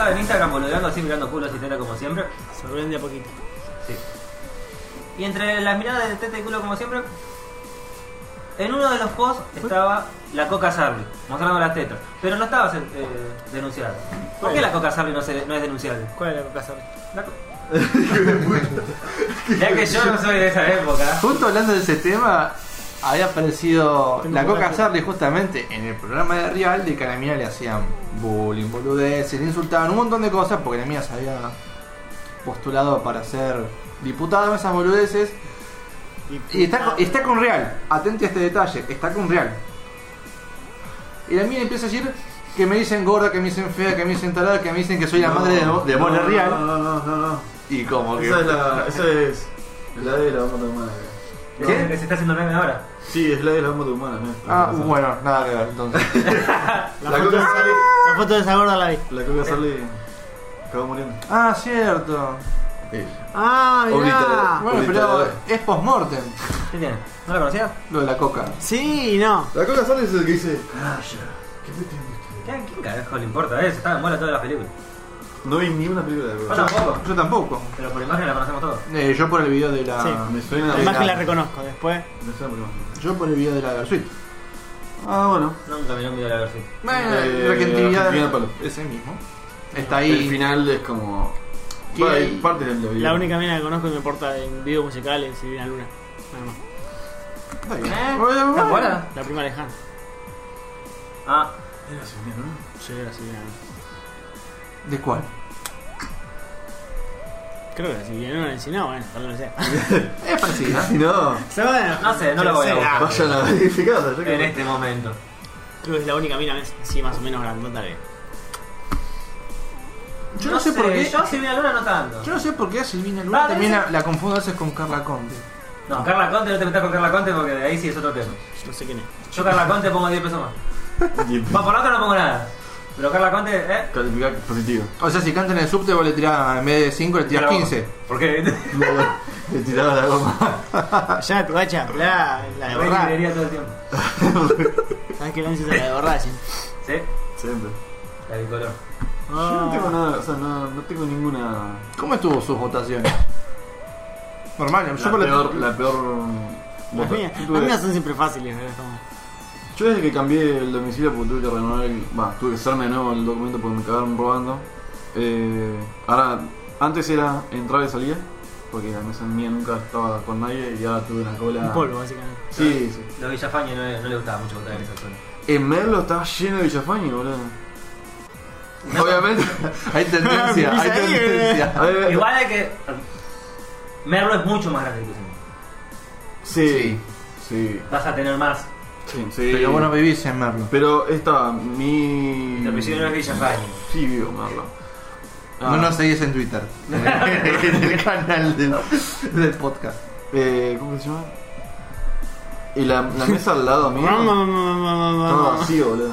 estaba en Instagram boludeando así, mirando culos y teta como siempre. Se ven de a poquito. Sí. Y entre las miradas de teta y culo como siempre, en uno de los posts estaba la Coca Sarli, mostrando las tetas. Pero no estaba denunciada. ¿Por qué la Coca Sarli no es denunciable? ¿Cuál es la Coca Sarli? Ya que yo no soy de esa época. Justo hablando de ese tema, había aparecido la Coca Sarli justamente en el programa de Real, de que a la mina le hacían bullying, boludeces, le insultaban un montón de cosas porque la mina se había postulado para ser diputada en esas boludeces. Y está con Real, atente a este detalle, está con Real. Y la mina empieza a decir que me dicen gorda, que me dicen fea, que me dicen tarada, que me dicen que soy la madre de Mona Real. No. Y como que... Esa es la de la bomba humana. ¿Qué? ¿Que se está haciendo meme ahora? Sí, es la de la bomba humana, ¿no? Ah, bueno, nada que ver, entonces. La Coca Sarli. La foto de esa gorda la vi. La Coca Sarli acabó muriendo. Ah, cierto. Ah, mirá. Bueno, pero es post-mortem, ¿Qué tiene? ¿No la conocías? lo de la coca. Sí, no. La Coca Sarli es el que dice. ¿Quién carajo le importa eso? Está en bola todas las películas. No vi ni una película de Yo Coca. tampoco, Yo tampoco. pero por imagen la conocemos todos. Yo por el video de la... Sí. Me suena Además de que la reconozco. Después. Me suena por imagen. Yo por el video de la Versuit. Ah, bueno. Nunca miré un video de la versión. Bueno, Argentina Argentinidad al palo. ese mismo. Está El ahí. final es como. ¿Qué Bueno, hay? hay partes del video. La única mina que conozco y me importa en videos musicales es Silvina Luna. Nada más. Está bien. ¿Está buena? La prima lejana. Ah, Era Silvina, ¿no? Sí, era Silvina Luna. ¿De cuál? Creo que la Silvina Luna enseñó, bueno, tal vez no sé. Es parecida. Si no, no sé, no la voy a buscar. vayan a verificarla. En este momento. Creo que es la única mina así más o menos grandota que. Yo no sé por qué. Yo Silvina Luna no tanto. Yo no sé por qué a Silvina Luna también la confundo a veces con Carla Conte. No, Carla Conte no te metas con Carla Conte porque de ahí sí es otro tema. No sé quién es. Yo Carla Conte pongo 10 pesos más. Por la otra no pongo nada. Pero Carla Conte, Calificar positivo. O sea, si canta en el subte vos le tirás, en vez de 5 le tirás Pero- 15. ¿Por qué? Le tiraba la goma. Ya, tu gacha, la de borrar. Ingeniería todo el tiempo. ¿Sabes qué lanza la de borrar? Sí. ¿Sí? Siempre. La bicolor. Yo no tengo nada, o sea, no tengo ninguna. ¿Cómo estuvo sus votaciones? Normal, yo por La peor. Las mías, Yo las tuve- mías son siempre fáciles, ¿verdad? Como- Yo desde que cambié el domicilio porque tuve que renovar tuve que hacerme de nuevo el documento porque me cagaron robando. Ahora, antes era entrar y salir, porque la mesa mía nunca estaba con nadie y ahora tuve una cola. Un polvo, básicamente. Sí, sí. Los Villafañe no le gustaba mucho votar en esa zona. En Merlo estaba lleno de Villafañe, boludo. Obviamente. Hay tendencia, hay tendencia. A ver, Igual hay que. Merlo es mucho más grande que Tucumán. Sí, sí, Vas a tener más. sí, sí. Pero vos no vivís en Merlo. Pero esta, mi. El apellido no es Villafañe. Sí, vivo en Merlo. No nos seguís en Twitter. En el canal del podcast. ¿Cómo se llama? Y la mesa al lado mío estaba vacío, boludo.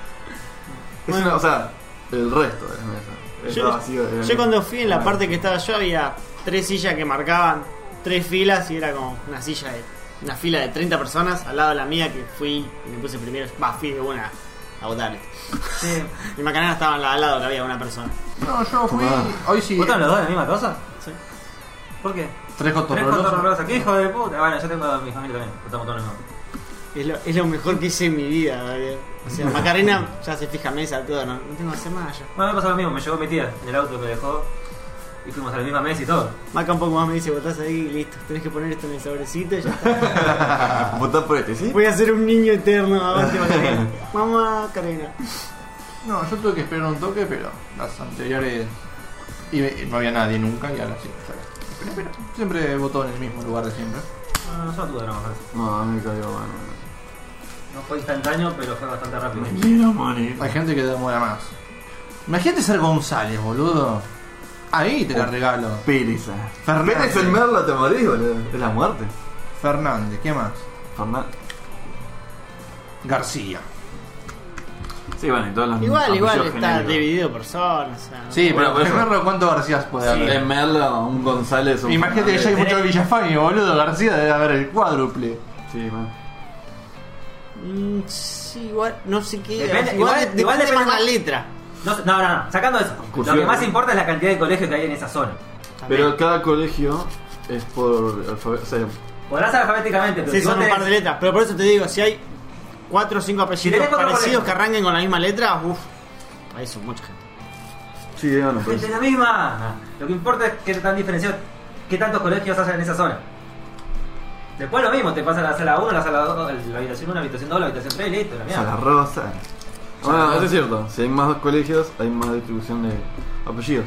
Es Bueno. una, o sea, el resto de la mesa. Estaba vacío. Yo cuando fui en la parte que estaba yo había 3 sillas que marcaban 3 filas y era como una fila de 30 personas al lado de la mía que fui y me puse primero, fui de una a votar. Sí. Y Macarena estaba al lado que había una persona. No, yo fui. Hoy sí. ¿Votaron los dos en la misma cosa? Sí. ¿Por qué? Tres Tres cotorrolos. cotorrolos. ¿Qué hijo de puta? Bueno, yo tengo a mi familia también. Votamos todos los mismos. Es lo mejor que hice en mi vida, ¿vale? O sea, Macarena ya se fija mesa, todo, no tengo que hacer más yo. Bueno, me pasó lo mismo. Me llevó mi tía en el auto, me dejó. Y fuimos a la misma mesa y todo. Maca un poco más me dice, votás ahí y listo, tenés que poner esto en el sobrecito y ya está. ¿Votás por este, sí? Voy a ser un niño eterno, avante Macarena. Mamá, Macarena. No, yo tuve que esperar un toque, pero las anteriores. Y no había nadie nunca, y ahora sí. Pero siempre votó en el mismo lugar de siempre. No, yo no tuve drama, parece. No, a mí me cayó, bueno. No fue instantáneo, pero fue bastante rápido. Quiero morir. Hay gente que demora más. Imagínate ser González, boludo. Ahí te la regalo. Pérez. Fernández. Pérez en Merlo te morís, boludo. Es la muerte. Fernández, ¿qué más? Fernández. García. Sí, bueno, y todas las Igual apellidos está genéricos. dividido por zonas, o sea. Sí, Bueno, pero por eso. primero, ¿cuántos Garcías puede Sí, haber? en Merlo, un González. Un Imagínate que ya hay Fernández. mucho Villafañe, boludo. García debe haber el cuádruple. Sí, man. Sí, igual, no sé qué. Depende- igual igual depende depende más la más- letra. No, sacando eso. Cursión. Lo que más importa es la cantidad de colegios que hay en esa zona. Pero cada colegio es por alfabeto. O sea, Podrás alfabéticamente, pero Sí, si vos son un tenés- par de letras. Pero por eso te digo, si hay 4 o 5 apellidos tenés cuatro parecidos colegios. que arranquen con la misma letra, uff, ahí son mucha gente. sí, bueno, pero Gente, la misma. Lo que importa es que tan diferenciado, qué tantos colegios haya en esa zona. Después lo mismo, te pasan a la sala 1, la sala 2, la habitación 1, la habitación 2, la habitación 3 y listo, la Sala mierda. Rosa. Bueno, eso es cierto. Si hay más colegios, hay más distribución de apellidos.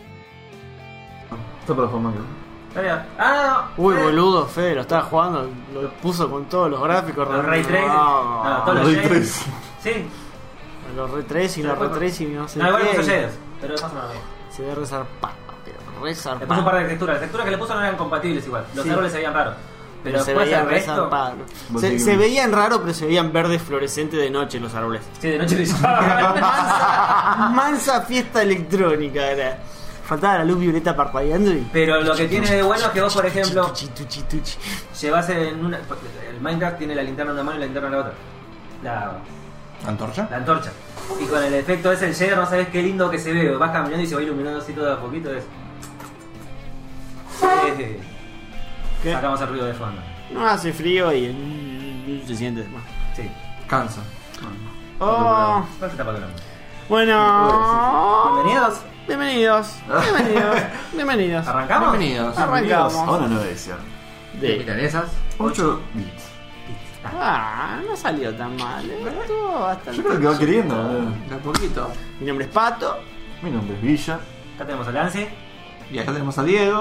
Está para formar. Está bien. Ah, no. Uy, boludo, Fede, lo estaba jugando, lo puso con todos los gráficos. Los ray tracing. No, todos los Ray shaders. tracing. Sí. Los ray tracing, los ray tracing, no sé No, igual qué. puso shaders, pero es más o menos bien. Se ve resarpado, pero Le puso un par resarpado. de texturas. Las texturas que le puso no eran compatibles igual. Los Sí. árboles se veían raros. Pero se después veían el resto. resarpados. Botiquín. Se veían raros, pero se veían verdes fluorescentes de noche los árboles. Sí, de noche le llamaban. Mansa fiesta electrónica era. Faltaba la luz violeta parpadeando y. Pero lo que tiene de bueno es que vos, por ejemplo, Tuchi, tuchi, tuchi. llevas en una. El Minecraft tiene la linterna en una mano y la linterna en la otra. ¿Antorcha? La antorcha. Y con el efecto ese, el shader, no sabes qué lindo que se ve. Vas caminando y se va iluminando así todo a poquito. Es. ¿Qué? Sacamos el ruido de fondo. No hace frío y se siente más. Sí. Cansa. Oh, ¿Cuál se tapa con la mano? bueno. Bienvenidos. Bienvenidos. Bienvenidos. ¿Arrancamos? Bienvenidos. Arrancamos. Ahora no edición. ¿Qué De... milanesas? 8 bits. Ah, no salió tan mal. Estuvo bastante. Yo creo que va queriendo. De a poquito. Mi nombre es Pato. Mi nombre es Villa. Acá tenemos a Lance. Y acá tenemos a Diego.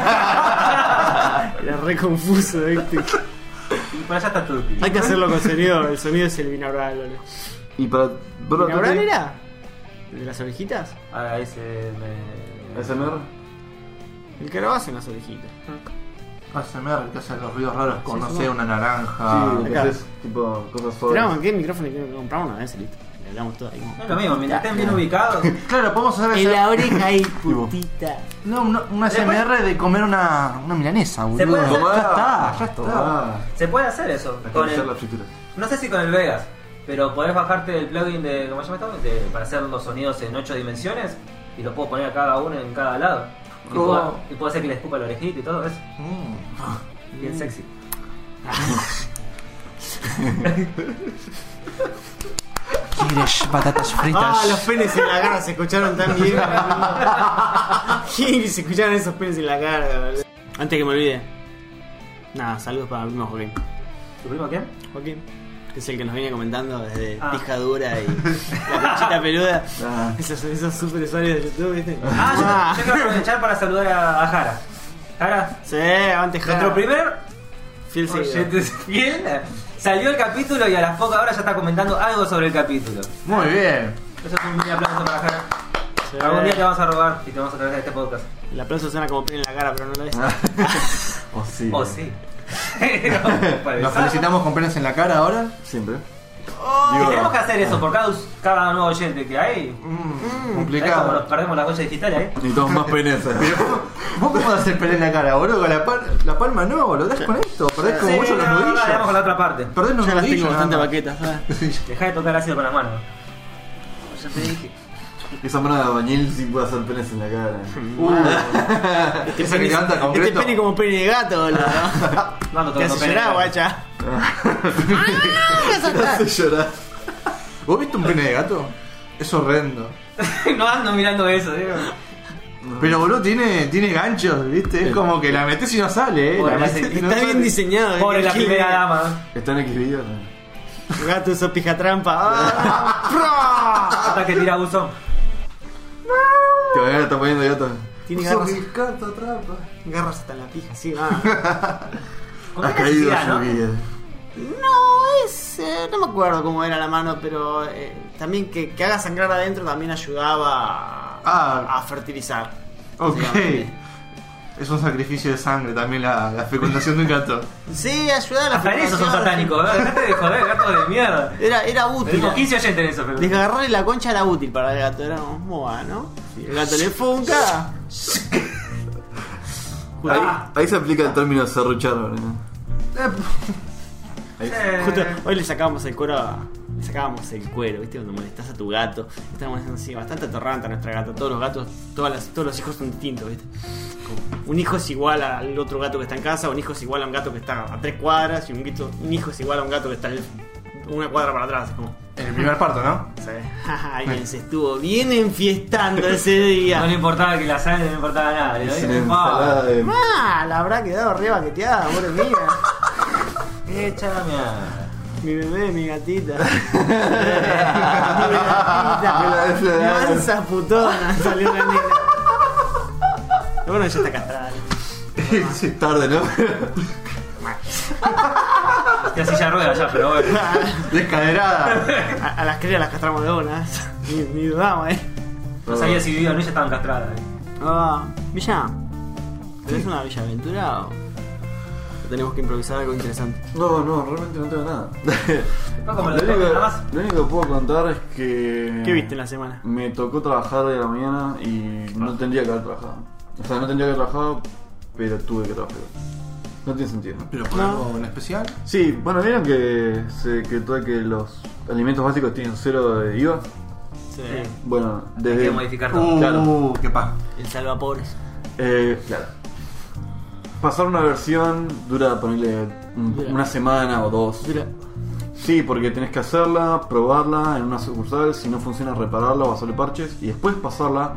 Era re confuso, ¿viste? Y por allá está Turpi. Hay que hacerlo con sonido. El sonido es el binaural, boludo. Y para. ¿Binaural era? ¿El de las orejitas? Ah, ese me. SMR. El que grabás en las orejitas. ASMR, que hace los ruidos raros con, no sé, una Sí, naranja. acá. entonces, tipo, cosas suaves. Tiramos aquí el micrófono que compramos una vez y listo. Le hablamos todo ahí. No es lo mismo, mientras estén bien ubicados. Claro, podemos hacer En ese- la oreja ahí, putita. No, un ASMR de comer una milanesa, boludo. Se puede hacer- Ya está, ya está. Tomá. Se puede hacer eso. Con Acariciar el, la fritura. no sé si con el Vegas, pero podés bajarte el plugin de. ¿Cómo se llama esto? Para hacer los sonidos en 8 dimensiones y los puedo poner a cada uno en cada lado. Y, Oh. puedo hacer que le escupa la orejita y todo eso. Bien sexy. ¿Quieres patatas fritas? Ah, los penes en la cara se escucharon tan bien. ¿Quién se escucharon esos penes en la cara, boludo? Antes que me olvide. Nada, saludos para mi primo Joaquín. ¿Tu primo quién? Joaquín, que es el que nos viene comentando desde Ah. pija dura y la conchita peluda. Ah. Esos super usuarios de YouTube, ¿viste? Ah, yo quiero aprovechar para saludar a Jara. Jara, Sí, antes nuestro primer fiel seguidor. oyente fiel. Salió el capítulo y a las pocas horas ya está comentando algo sobre el capítulo. Muy bien. Eso es un mini aplauso para Jara. Sí. Algún día te vamos a robar y te vamos a traer a este podcast. El aplauso suena como pene en la cara, pero no lo es. O sí. Oh, sí. Nos felicitamos con penas en la cara ahora. Siempre. Y tenemos que hacer eso por cada nuevo oyente que hay. ¿Sabés cómo Complicado. nos perdemos las huellas digitales ahí? Necesitamos más penes. ¿Vos cómo vas a hacer pelea en la cara, boludo? Con la palma no, lo das con esto. Perdés como mucho los no, nudillos. vamos con la otra parte. Perdés los Ya las tengo nudillos. bastante nada más. baquetas. Deja de tocar ácido con las manos. Ya te dije. Esa mano de albañil sí puede hacer penes en la cara. Ese que canta Este concreto. pene como pene de gato, boludo. No ando Te tocando hace pene. llorar, guacha. Me hace llorar. ¿Vos viste un pene de gato? Es horrendo. No ando mirando eso, digo. Pero boludo, tiene ganchos, ¿viste? Es como que la metes y no sale, Pobre, La metés y no Está bien sale. diseñado. Pobre la primera dama. Está en Xvideos. Gato, sos pija trampa. ¡Ah! Hasta que tira buzón. Que me está poniendo gato. Tiene garras. Garras hasta en la pija, sí, va. Con Ha qué caído necesidad, su ¿no? vida. No, es. No me acuerdo cómo era la mano, pero también que haga sangrar adentro también ayudaba a fertilizar. Ok. básicamente. Es un sacrificio de sangre también la fecundación de un gato. Sí, ayudaba a la Hasta en eso son fertilización. satánicos, ¿eh? Dejate de joder, gato de mierda. Era útil. Tenemos 15 oyentes en eso, pero. Desgarrarle la concha era útil para el gato, era como moa, ¿no? Si el gato le funca. Ahí se aplica el término serruchar, ¿verdad? Ahí. Justo hoy le sacamos el cuero a. Le sacábamos el cuero, ¿viste? Cuando molestás a tu gato. Estábamos haciendo así, bastante atorrante a nuestra gata. Todos los gatos, todos los hijos son distintos, ¿viste? Como un hijo es igual al otro gato que está en casa, un hijo es igual a un gato que está a 3 cuadras, y un hijo es igual a un gato que está una cuadra para atrás. Como, En el primer parto, ¿no? ¿sí? Alguien se estuvo bien enfiestando ese día. No le importaba que la sangre, no le importaba nada. Le Sin doy ensalada de... La habrá quedado re baqueteada, pobre mía. Echa la mierda. Mi bebé, mi gatita. Mi gatita. Mansa putona, salió una nena. Pero bueno, ya está castrada. Sí, tarde, ¿no? La silla de ruedas ya, pero bueno. Descaderada. A las crías las castramos de una. Ni dudamos, No sabía si vivían o no, ya estaban castradas. Villa, ¿tenés una Villa Aventura o tenemos que improvisar algo interesante? No, realmente no tengo nada. No, como Lo lo único, nada más. lo único que puedo contar es que... ¿Qué viste en la semana? Me tocó trabajar de la mañana y no tendría que haber trabajado. O sea, no tendría que haber trabajado, pero tuve que trabajar. No tiene sentido. ¿Pero por algo en especial? Sí, bueno, vieron que que los alimentos básicos tienen 0 de IVA. Sí. Bueno, Hay desde... que modificar todo. Claro. Qué pa. El salvapobres. Claro. Pasar una versión dura, ponerle una semana o 2. Mira, Sí, porque tenés que hacerla, probarla en una sucursal, si no funciona repararla o hacerle parches y después pasarla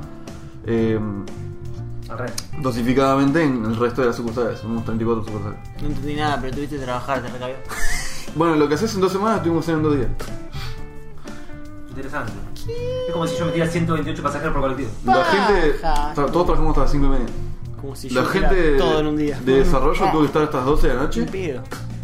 Al revés. dosificadamente en el resto de las sucursales, unos 34 sucursales. no entendí nada, pero tuviste que trabajar, te recabió. Bueno, lo que haces en 2 semanas tuvimos que hacer en 2 días. Interesante. Es como si yo metiera 128 pasajeros por colectivo. La gente, todos trabajamos hasta las 5:30. Como si La yo gente hiciera todo en un día. de desarrollo tuvo que estar hasta las 12 de la noche Un pedo.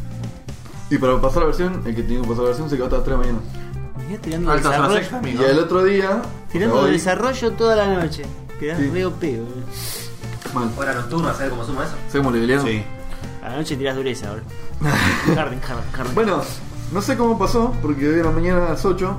y para pasar la versión, el que tenía que pasar la versión se quedó hasta las 3 de la mañana. Me quedé tirando Altas horas desarrollo, extra, Y amigo. el otro día, tirando hoy, desarrollo toda la noche. Quedás Sí. re pedo. mal. Hora nocturna, ¿sabes cómo suma eso? ¿Sabemos Liliano? Sí. A la noche tirás dureza ahora. Harden. Bueno, no sé cómo pasó, porque hoy a la mañana a las 8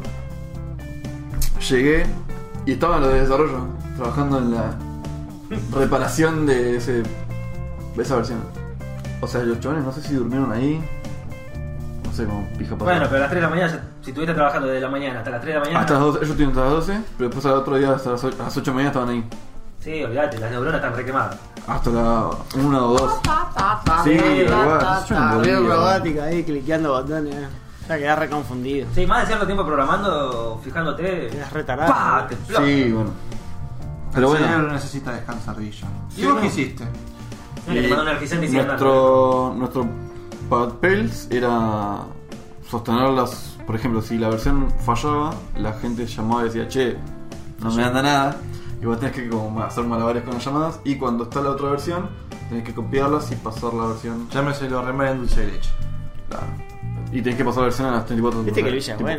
llegué y estaban los de desarrollo trabajando en la reparación de esa versión. O sea, los chavales no sé si durmieron ahí. No sé cómo pija pasó. Bueno, pero a las 3 de la mañana, si estuviste trabajando desde la mañana hasta las 3 de la mañana. hasta las 12, ellos tienen hasta las 12, pero después al otro día hasta las 8 de la mañana estaban ahí. Sí, olvídate, las neuronas están requemadas. Hasta la 1 o 2. Sí, igual. Yo me Re moría. robótica ahí, cliqueando botones. Ya quedás re confundido. Sí, más de cierto tiempo programando, fijándote. Quedás retardado. ¡Pah! Te explota. Sí, bueno. Pero El cerebro bueno, necesita descansar, Villa. Sí, ¿Y vos no. qué hiciste? Mira, te mandó un energizante y sigue nuestro papel era sostenerlas. Por ejemplo, si la versión fallaba, la gente llamaba y decía, che, no me anda nada. Y vos tenés que como hacer malabares con las llamadas. Y cuando está la otra versión, tenés que copiarlas y pasar la versión. Llámese lo remera en dulce de leche. Claro. Y tenés que pasar la versión a las 34. Viste que el Villa es tipo, bueno,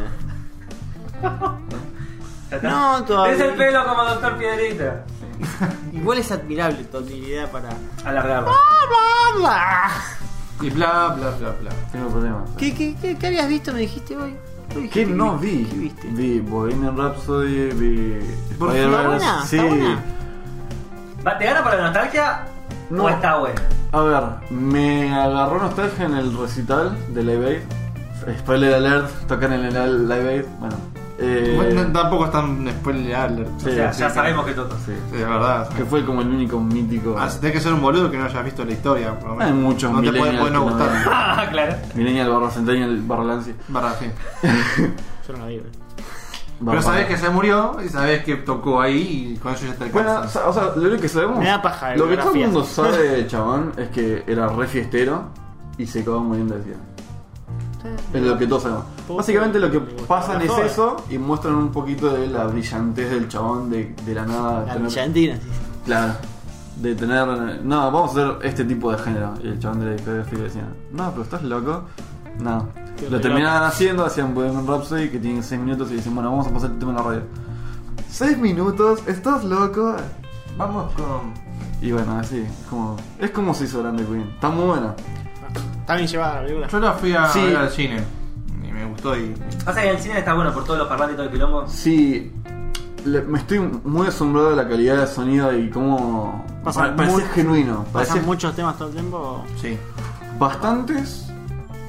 boludo. Ya está. No, todavía. Tenés el pelo como Doctor Piedrita. Igual es admirable tu habilidad para. Alargarlo. ¡Bla, bla! Y bla, bla, bla, bla. Tengo problemas. ¿Qué habías visto? Me dijiste hoy. ¿Qué no vi? ¿Qué viste? Vi Bohemian Rhapsody, vi ¿Por qué? ¿Está buena? Sí. ¿Está buena? ¿Te gana para la nostalgia? No. ¿O está buena? A ver, me agarró nostalgia en el recital de Live Aid. Spoiler alert, tocan en el Live Aid. Bueno, Bueno, tampoco es tan spoiler alert. Sí, O sea, sí, ya sí. sabemos que toca. Sí. Sí, de verdad. Que fue como el único mítico. Ah, tenés que ser un boludo que no hayas visto la historia. Por lo menos. Hay muchos No te puede millennials no que no gustar. ven. Ah, claro. Millennial barra Centennial barra Lance. Barra, sí. Yo no la vi, Pero sabés que se murió y sabés que tocó ahí y con eso ya te Bueno, alcanza. o sea, lo único que sabemos. Me da paja de Lo que todo el biografías. mundo sabe de chabón es que era re fiestero y se acabó muriendo de fiesta. Es lo que todos sabemos. Básicamente lo que pasan es eso y muestran un poquito de la brillantez del chabón de la nada. La tener- brillantina, sí. Claro. De tener. No, vamos a hacer este tipo de género. Y el chabón de la discografía decía, no, pero estás loco. No. Qué Lo re terminaban haciendo, hacían Bohemian Rhapsody que tienen 6 minutos y dicen, bueno, vamos a pasar el tema en la radio. 6 minutos, estás loco. Vamos con. Y bueno, así, es como se hizo Grande Queen. Está muy buena. Está bien llevada la película. Yo la fui a Sí. ver al cine y me gustó y. Pasa que en el cine está bueno por todos los parlantes y todo el quilombo. Sí, me estoy muy asombrado de la calidad de sonido y cómo Pasa parece muy- genuino. ¿Pasan Parece muchos temas todo el tiempo? Sí. bastantes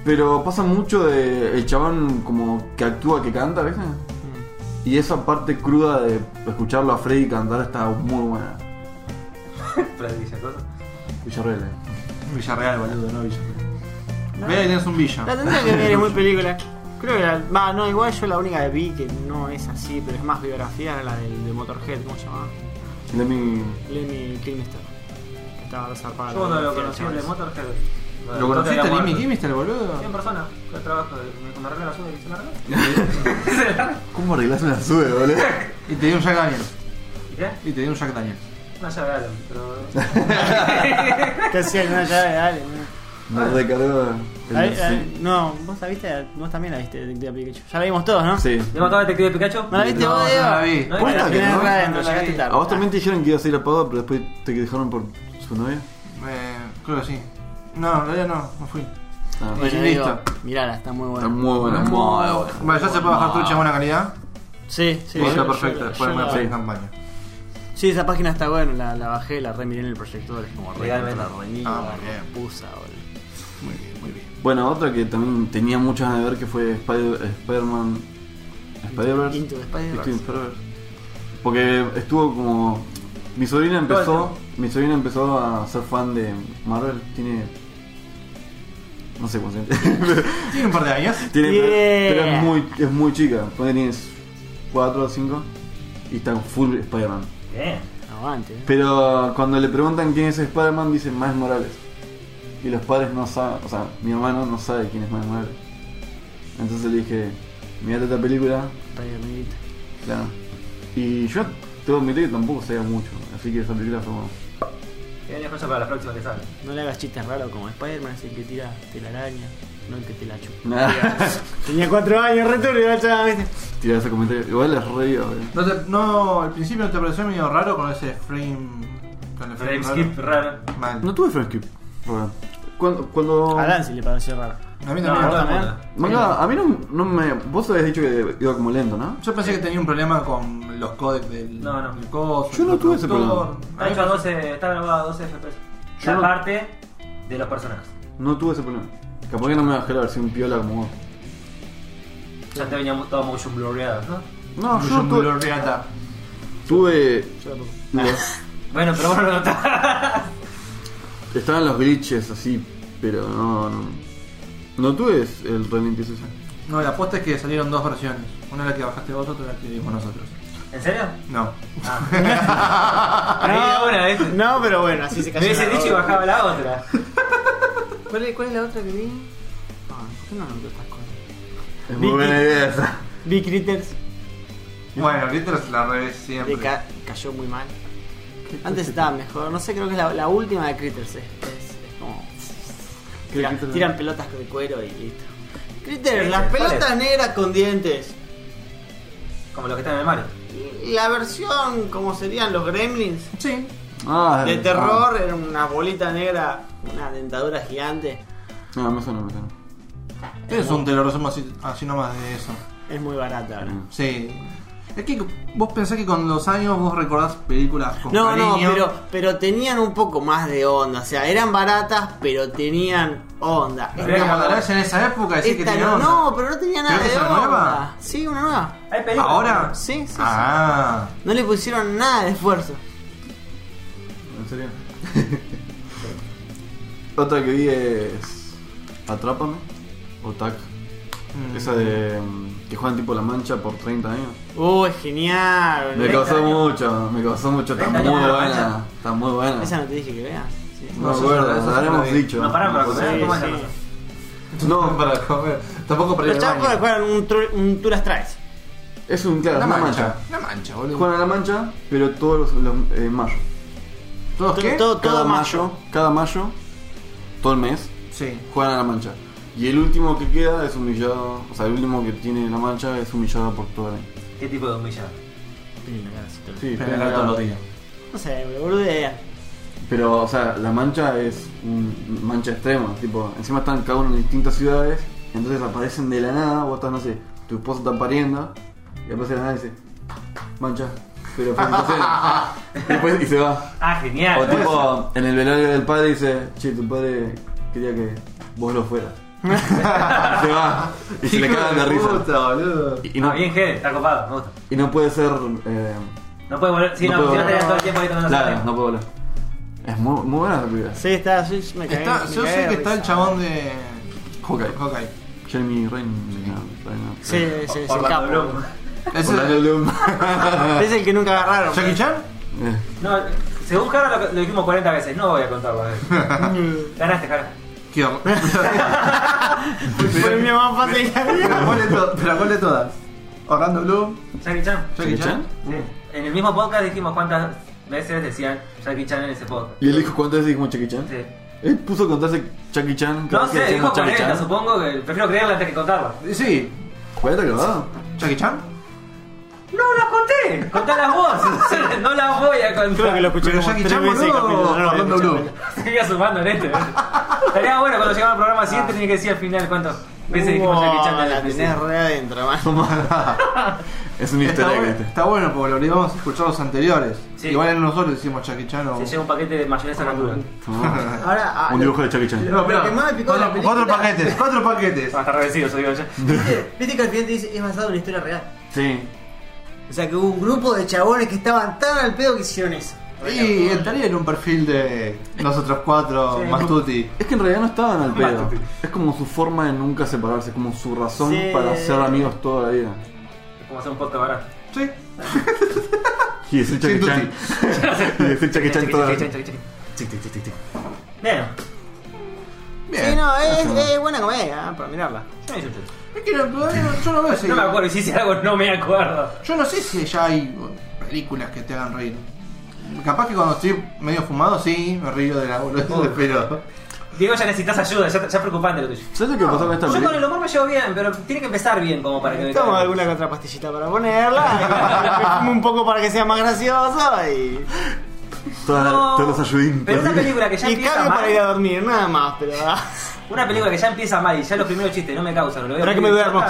Pero pasa mucho de el chabón como que actúa, que canta, ¿viste? Y esa parte cruda de escucharlo a Freddy cantar está muy buena. Freddy dice cosas. Villarreal, Villarreal, boludo, no Villarreal. Ve, tienes un villa. La tendría que ver, es muy película. Creo que no, igual yo la única que vi que no es así, pero es más biografía, era la de Motorhead, ¿cómo se llamaba? Lemmy Kilmister. Que estaba resarpada. Yo cuando lo conocí el de Motorhead. ¿Lo conociste a Lemmy Kilmister, boludo? 100 personas que trabajo cuando arreglé la sube y se la arreglé. ¿Cómo arreglas una sube, boludo? Y te di un Jack Daniels. ¿Y qué? Y te di un Jack Daniels. Una llave de Allen, pero. ¿Qué hacía? Una llave de Ale. Me recargó No, vos la viste, vos también la viste, Detective Pikachu. Ya la vimos todos, ¿no? Sí. ¿Hemos todo Detective Pikachu? ¿No la viste No, vos, no Diego? la vi. ¿No Posta viste? que no. Adentro, No la llegaste vi. tarde. ¿A vos también te dijeron que ibas a ir a Pado, pero después te dejaron por su novia? Creo que sí. No, en realidad no fui. Ah, Bueno, Sí, Diego, listo. mirala, está muy buena. está muy buena. Muy buena. Bueno, ya se puede bajar Twitch en buena calidad. Sí, Sí, está perfecto. Después me sí. en campaña. Sí, esa página está buena, la bajé, la remiré en el proyector, es como Legalmente. la reñida, Ah, muy bien. pusa, boludo. Muy bien, muy bien. Bueno, otra que también tenía muchas ganas de ver que fue Spider-Man. Spider-Verse. Into the Spider-Verse. Into the Spider-Verse. Porque estuvo como. Mi sobrina empezó a ser fan de Marvel. Tiene. No sé cómo se llama. Tiene un par de años. Tiene, Yeah. pero es muy chica. Tienes 4 o 5 y está full Spider-Man. Bien. Aguante. Pero cuando le preguntan quién es Spider-Man, dicen Miles Morales. Y los padres no saben, o sea, mi hermano no sabe quién es Miles Morales. Entonces le dije, mirate esta película, Spider-Man. claro. Y yo tengo que admitir que tampoco sabía mucho, así que esa película fue como... Tiene cosas para la próxima que sale. No le hagas chistes raros como Spider-Man, es el que tira telaraña, no el que te la chupa. Nada, Tenía 4 años, returbio, ¿viste? tirar ese comentario. Igual es re iba, boludo. No, al principio no te pareció medio raro con ese frame. Con el Frame raro? skip raro. Mal. No tuve friendship. Cuando... A Lancy le pareció raro. A mí No, también. todo el también. mundo. Manga, a mí no me... Vos habías dicho que iba como lento, ¿no? Yo pensé que tenía un problema con los codecs del, No, no. del coso. Yo no del tuve ese productor. Está hecho a 12, está grabado a 12 FPS. Yo La no- parte de los personajes. No tuve ese problema. Capaz que no me bajé la versión piola como vos. Ya te venía todo motion blurreado, ¿no? No, yo Mucho tuve... blurreata. Tuve... Yo tampoco. los- Bueno, pero vos no lo notás. Estaban los glitches así, pero no tuve el ralentizo ese. No, la apuesta es que salieron dos versiones. Una la que bajaste vos, otra la que vimos nosotros. ¿En serio? No. Ahí una vez. No, pero bueno, así se Me cayó. hubiese la dicho y otra. bajaba la otra. ¿Cuál es la otra que vi? Ah, ¿por qué no anoto estas cosas? Es muy buena idea esa. Vi Critters, Bueno, Critters la revés siempre. cayó muy mal. Antes estaba mejor, no sé, creo que es la última de Critters. Es como. Tiran pelotas de cuero y listo. Critters, las ¿Cuál es? pelotas negras con dientes. Como los que están en el Mario. La versión, como serían los Gremlins, Sí. de terror, era una bolita negra, una dentadura gigante. No, me suena. Eso te lo resumo así nomás de eso. Es muy barata ahora. Sí. Es que vos pensás que con los años vos recordás películas con No, cariño. pero tenían un poco más de onda. O sea, eran baratas, pero tenían onda. Pero era cuando la ves en esa época decís que Esta tenía no, onda. no, pero no tenía nada ¿Pero de esa onda. nueva? Sí, una nueva. Hay películas. ¿Ahora? Sí, sí, Ah. sí. No le pusieron nada de esfuerzo. ¿En serio? Otra que vi es Atrápame o Tac. Esa de que juegan tipo La Mancha por 30 años. Es genial. Me boludo. causó mucho, está 30 muy años de La buena, Mancha. está muy buena. Esa no te dije que veas. Sí. No me Eso acuerdo, sí la la habremos vi. dicho. No paran para comer. Sí, ¿Cómo es la sí. cosa? No, para comer. Tampoco para ir Los al chavos baño. juegan un Tour Astralis. es claro, La una mancha. mancha. La mancha, boludo. Juegan a La Mancha, pero todos los mayo. ¿Todos qué? Todo mayo. Cada mayo, todo el mes, Sí. juegan a La Mancha. Y el último que queda es humillado, o sea, el último que tiene La Mancha es humillado por todo el año. ¿Qué tipo de humillado? Sí, Pegar todos los días. No sé, me boludean. pero, o sea, La Mancha es un mancha extrema, tipo, encima están cada uno en distintas ciudades, entonces aparecen de la nada, vos estás, no sé, tu esposo está pariendo, y aparece de la nada y dice, Mancha, pero felicitaciones. y después y se va. Ah, genial. O tipo, en el velorio del padre dice, che, tu padre quería que vos lo fueras. Se va. Y se le cagan de risa. Puta, boludo. Y no, Bien, G, está copado, me gusta. y no puede ser. No puede volver, si no no, puede si no volver. estaría todo el tiempo ahí tomando Claro, cerveza. no puede volar. Es muy buena la película. Sí, está, sí, me cagué. Está, me yo cagué sé de que está el risa. chabón de Hawkeye. Hawkeye. Jeremy Renner. Sí, sí, sí, el Orlando capo. Bloom. Ese Orlando Bloom. Es el que nunca agarraron. ¿Jackie Chan? No, según Jara lo dijimos 40 veces, no voy a contarlo. Ganaste, Jara. ¿Qué horror? Fue mi más fácil que había. Pero ¿cuál de todas? Orlando Bloom, Jackie Chan. Jackie Chan. Sí. En el mismo podcast dijimos cuántas veces decían Jackie Chan en ese podcast. ¿Y él dijo cuántas veces dijimos Jackie Chan? Sí. Él puso contarse Jackie Chan. cada No vez que sé, dijo decíamos Jackie 40, Chan. supongo que prefiero creerla antes que contarla. Sí, ¿40 grabado? Jackie Chan. No las conté, contalas vos, no las voy a Creo que contar. lo escuché Pero como Jackie 3 Chan, veces el boludo, capítulo. No lo había Orlando escuchado. Bloom. Seguía sumando en este. Estaría bueno cuando llegaba al programa siguiente tenía que decir al final cuántas veces dijimos Jackie Chan en el La tenés episodio. re adentro, man. Es un easter egg este. Está bueno porque lo olvidamos escuchar los anteriores. Sí. Igual nosotros decimos Jackie Chan o. Se lleva un paquete de mayonesa natural. Ahora, Un dibujo de Jackie Chan. No, Lo que más me picó de la película- cuatro paquetes, 4 paquetes. Ah, está revestido, eso digo yo. Viste que al final te dice es basado en una historia real. Sí. O sea que hubo un grupo de chabones que estaban tan al pedo que hicieron eso. Y entraría en un perfil de nosotros 4 Sí. más tutti. Es que en realidad no estaban al pedo. Matuti. Es como su forma de nunca separarse, como su razón Sí. para ser amigos toda la vida. Es como hacer un podcast barato. Sí. Y decir Jackie Sin Chan. Y decir Jackie Chan toda la Jackie vida. Chan, Jackie Chan. Tic, tic, tic, tic, tic. Bien. Bien. Sí, no, es buena comedia, para mirarla. Yo no hice mucho. Es que yo no veo si. No me acuerdo, y si hice algo no me acuerdo. Yo no sé si ya hay películas que te hagan reír. Capaz que cuando estoy medio fumado, sí, me río de la boludez, pero. Diego, ya necesitas ayuda, ya es preocupante lo tuyo. ¿Sabes lo que pasó con esta Yo con película? el humor me llevo bien, pero tiene que empezar bien como para que me Tomo caiga. alguna que otra pastillita para ponerla. Me fumo un poco para que sea más gracioso y. Todos los ayudín. Pero una película que ya Y empieza cambio para ir a mal. dormir, nada más, pero. Una película que ya empieza mal y ya los primeros chistes no me causan. Lo veo Espera que me muy duermo.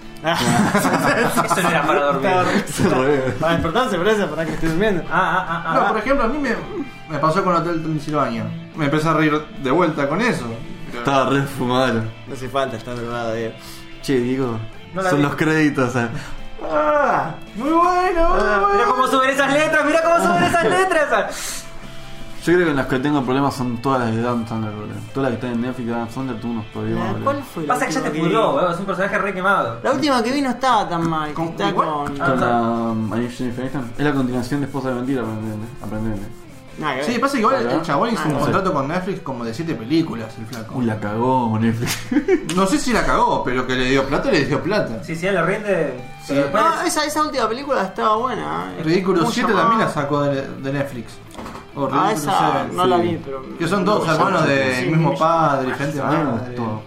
chota. Eso no era para dormir. Se re- Para despertarse, pero eso, para que estoy durmiendo. No, por ejemplo, a mí me pasó con Hotel Transilvania. Me empecé a reír de vuelta con eso. Estaba re fumado. No hace falta estar drogado, Diego. Che, Diego. No la Son vi. los créditos. ¡Ah! Muy bueno, muy bueno. Mira cómo suben esas letras, mira cómo suben esas letras. Yo creo que en las que tengo problemas son todas las de Adam Sandler, boludo. Todas las que están en Netflix de Adam Sandler tuvo unos problemas, boludo. ¿Cuál fue la Pasa que ya te última pudrió, vi? weón, es un personaje re quemado. La última que vi no estaba tan mal. Que ¿Con- está igual? con. Con la Jennifer Aniston. Es la continuación de Esposa de Mentira, aprendente. Nada que ver. Sí, pasa que igual ¿Verdad? el chabón hizo un no sé. contrato con Netflix como de 7 películas, el flaco. Uy, la cagó Netflix. No sé si la cagó, pero que le dio plata, le dio plata. Sí, sí, él le rinde. Sí. Pero después- No, esa última película estaba buena. Ridículo ¿Cómo 7 llamaba? también la sacó de Netflix. O Ah, Ridículo esa 7, no sí. la vi, pero. Que son todos hermanos del Sí, mismo sí. padre, diferente A mí me madre. gustó.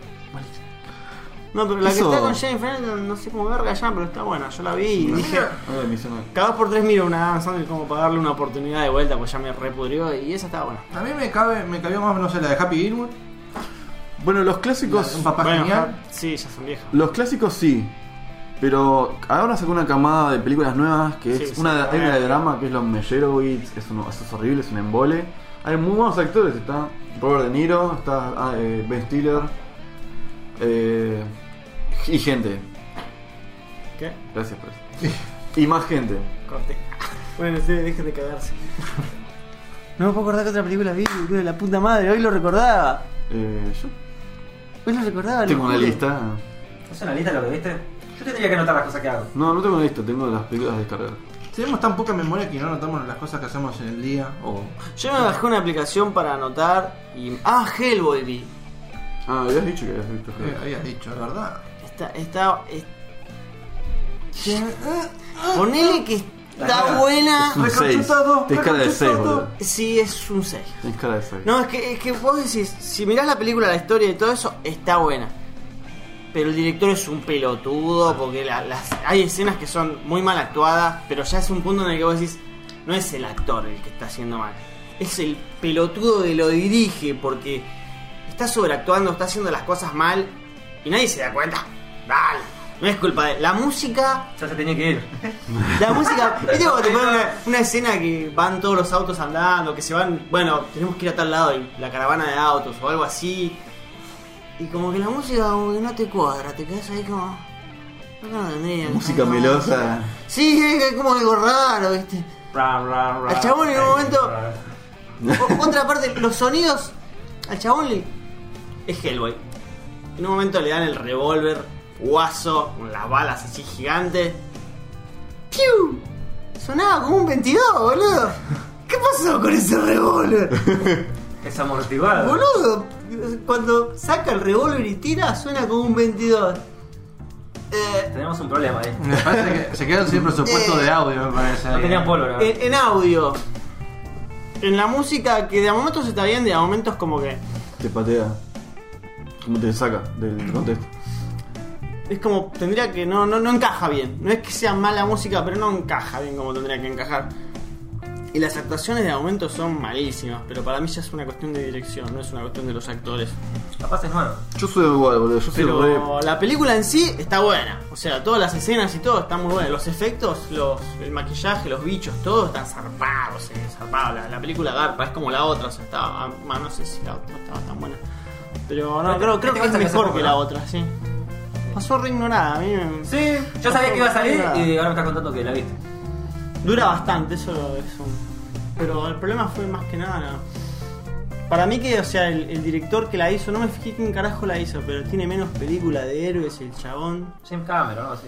No, pero la Hizo- que está con Jennifer Aniston, no sé cómo verga ya, pero está buena. Yo la vi y dije. Ay, me hizo mal. Cada 2 por 3 miro una Adam Sandler como para darle una oportunidad de vuelta, pues ya me repudrió y esa estaba buena. A mí me cabió más, no sé, la de Happy Gilmore. Bueno, los clásicos. Un papá Bueno, genial. sí, ya son viejas. Los clásicos sí. Pero ahora sacó una camada de películas nuevas que es Sí, una, sí, hay una de drama que es Los Meyerowitz, que eso es horrible, es un embole. Hay muy buenos actores, está Robert De Niro, está Ben Stiller y gente. ¿Qué? Gracias por eso. Y más gente. Corté. Bueno, sí, dejen de cagarse. No me puedo acordar que otra película vi, boludo, de la puta madre. Hoy lo recordaba. Yo Hoy lo recordaba. lo tengo una juro. lista. ¿Es una lista lo que viste? Yo tendría que anotar las cosas que hago. No tengo una lista, tengo las películas descargadas. Tenemos tan poca memoria que no notamos las cosas que hacemos en el día. O... Yo me bajé una aplicación para anotar y. Ah, Hellboy vi. Ah, habías dicho que habías visto. habías dicho, es verdad. Ponele que está buena. Es un 6. Tienes cara de 6, boludo. Sí, es un 6. Tienes cara de 6. No, es que vos decís, si mirás la película, la historia y todo eso, está buena. Pero el director es un pelotudo porque hay escenas que son muy mal actuadas, pero ya es un punto en el que vos decís, no es el actor el que está haciendo mal, es el pelotudo que lo dirige porque está sobreactuando, está haciendo las cosas mal y nadie se da cuenta. Dale, no es culpa de la música. Ya se tenía que ir. La música, ¿viste cuando te ponen una escena que van todos los autos andando, que se van, bueno, tenemos que ir a tal lado y la caravana de autos o algo así? y como que la música como que no te cuadra, te quedas ahí como... No tendría, Música no. melosa. Sí, es como algo raro, ¿viste? Al chabón en un momento... Otra parte, los sonidos... Al chabón es Hellboy. En un momento le dan el revólver, guaso, con las balas así gigantes. ¡Piu! Sonaba como un 22, boludo. ¿Qué pasó con ese revólver? Es amortiguado. Boludo, cuando saca el revólver y tira, suena como un 22. Tenemos un problema ahí. Me parece que se quedan sin presupuesto de audio, me parece. No tenían pólvora. En audio. En la música, que de a momentos está bien, de a momentos como que... Te patea. ¿Cómo te saca del contexto? Es como, tendría que... No encaja bien. No es que sea mala música, pero no encaja bien como tendría que encajar. Y las actuaciones de momento son malísimas, pero para mí ya es una cuestión de dirección, no es una cuestión de los actores. Capaz es nuevo. Yo soy igual, boludo. Yo soy Pero la película en sí está buena. O sea, todas las escenas y todo están muy buenas. Los efectos, el maquillaje, los bichos, todo están zarpados. La película garpa, es como la otra. O sea, estaba, no sé si la otra estaba tan buena. Pero no, creo que es mejor que la otra, sí. Pasó re ignorada, a mí me... Sí, yo sabía que iba a salir y ahora me estás contando que la viste. Dura bastante, eso es un... Pero el problema fue más que nada... Para mí que, o sea, el director que la hizo, no me fijé quién carajo la hizo, pero tiene menos película de héroes el chabón. James Cameron, ¿no? Sí.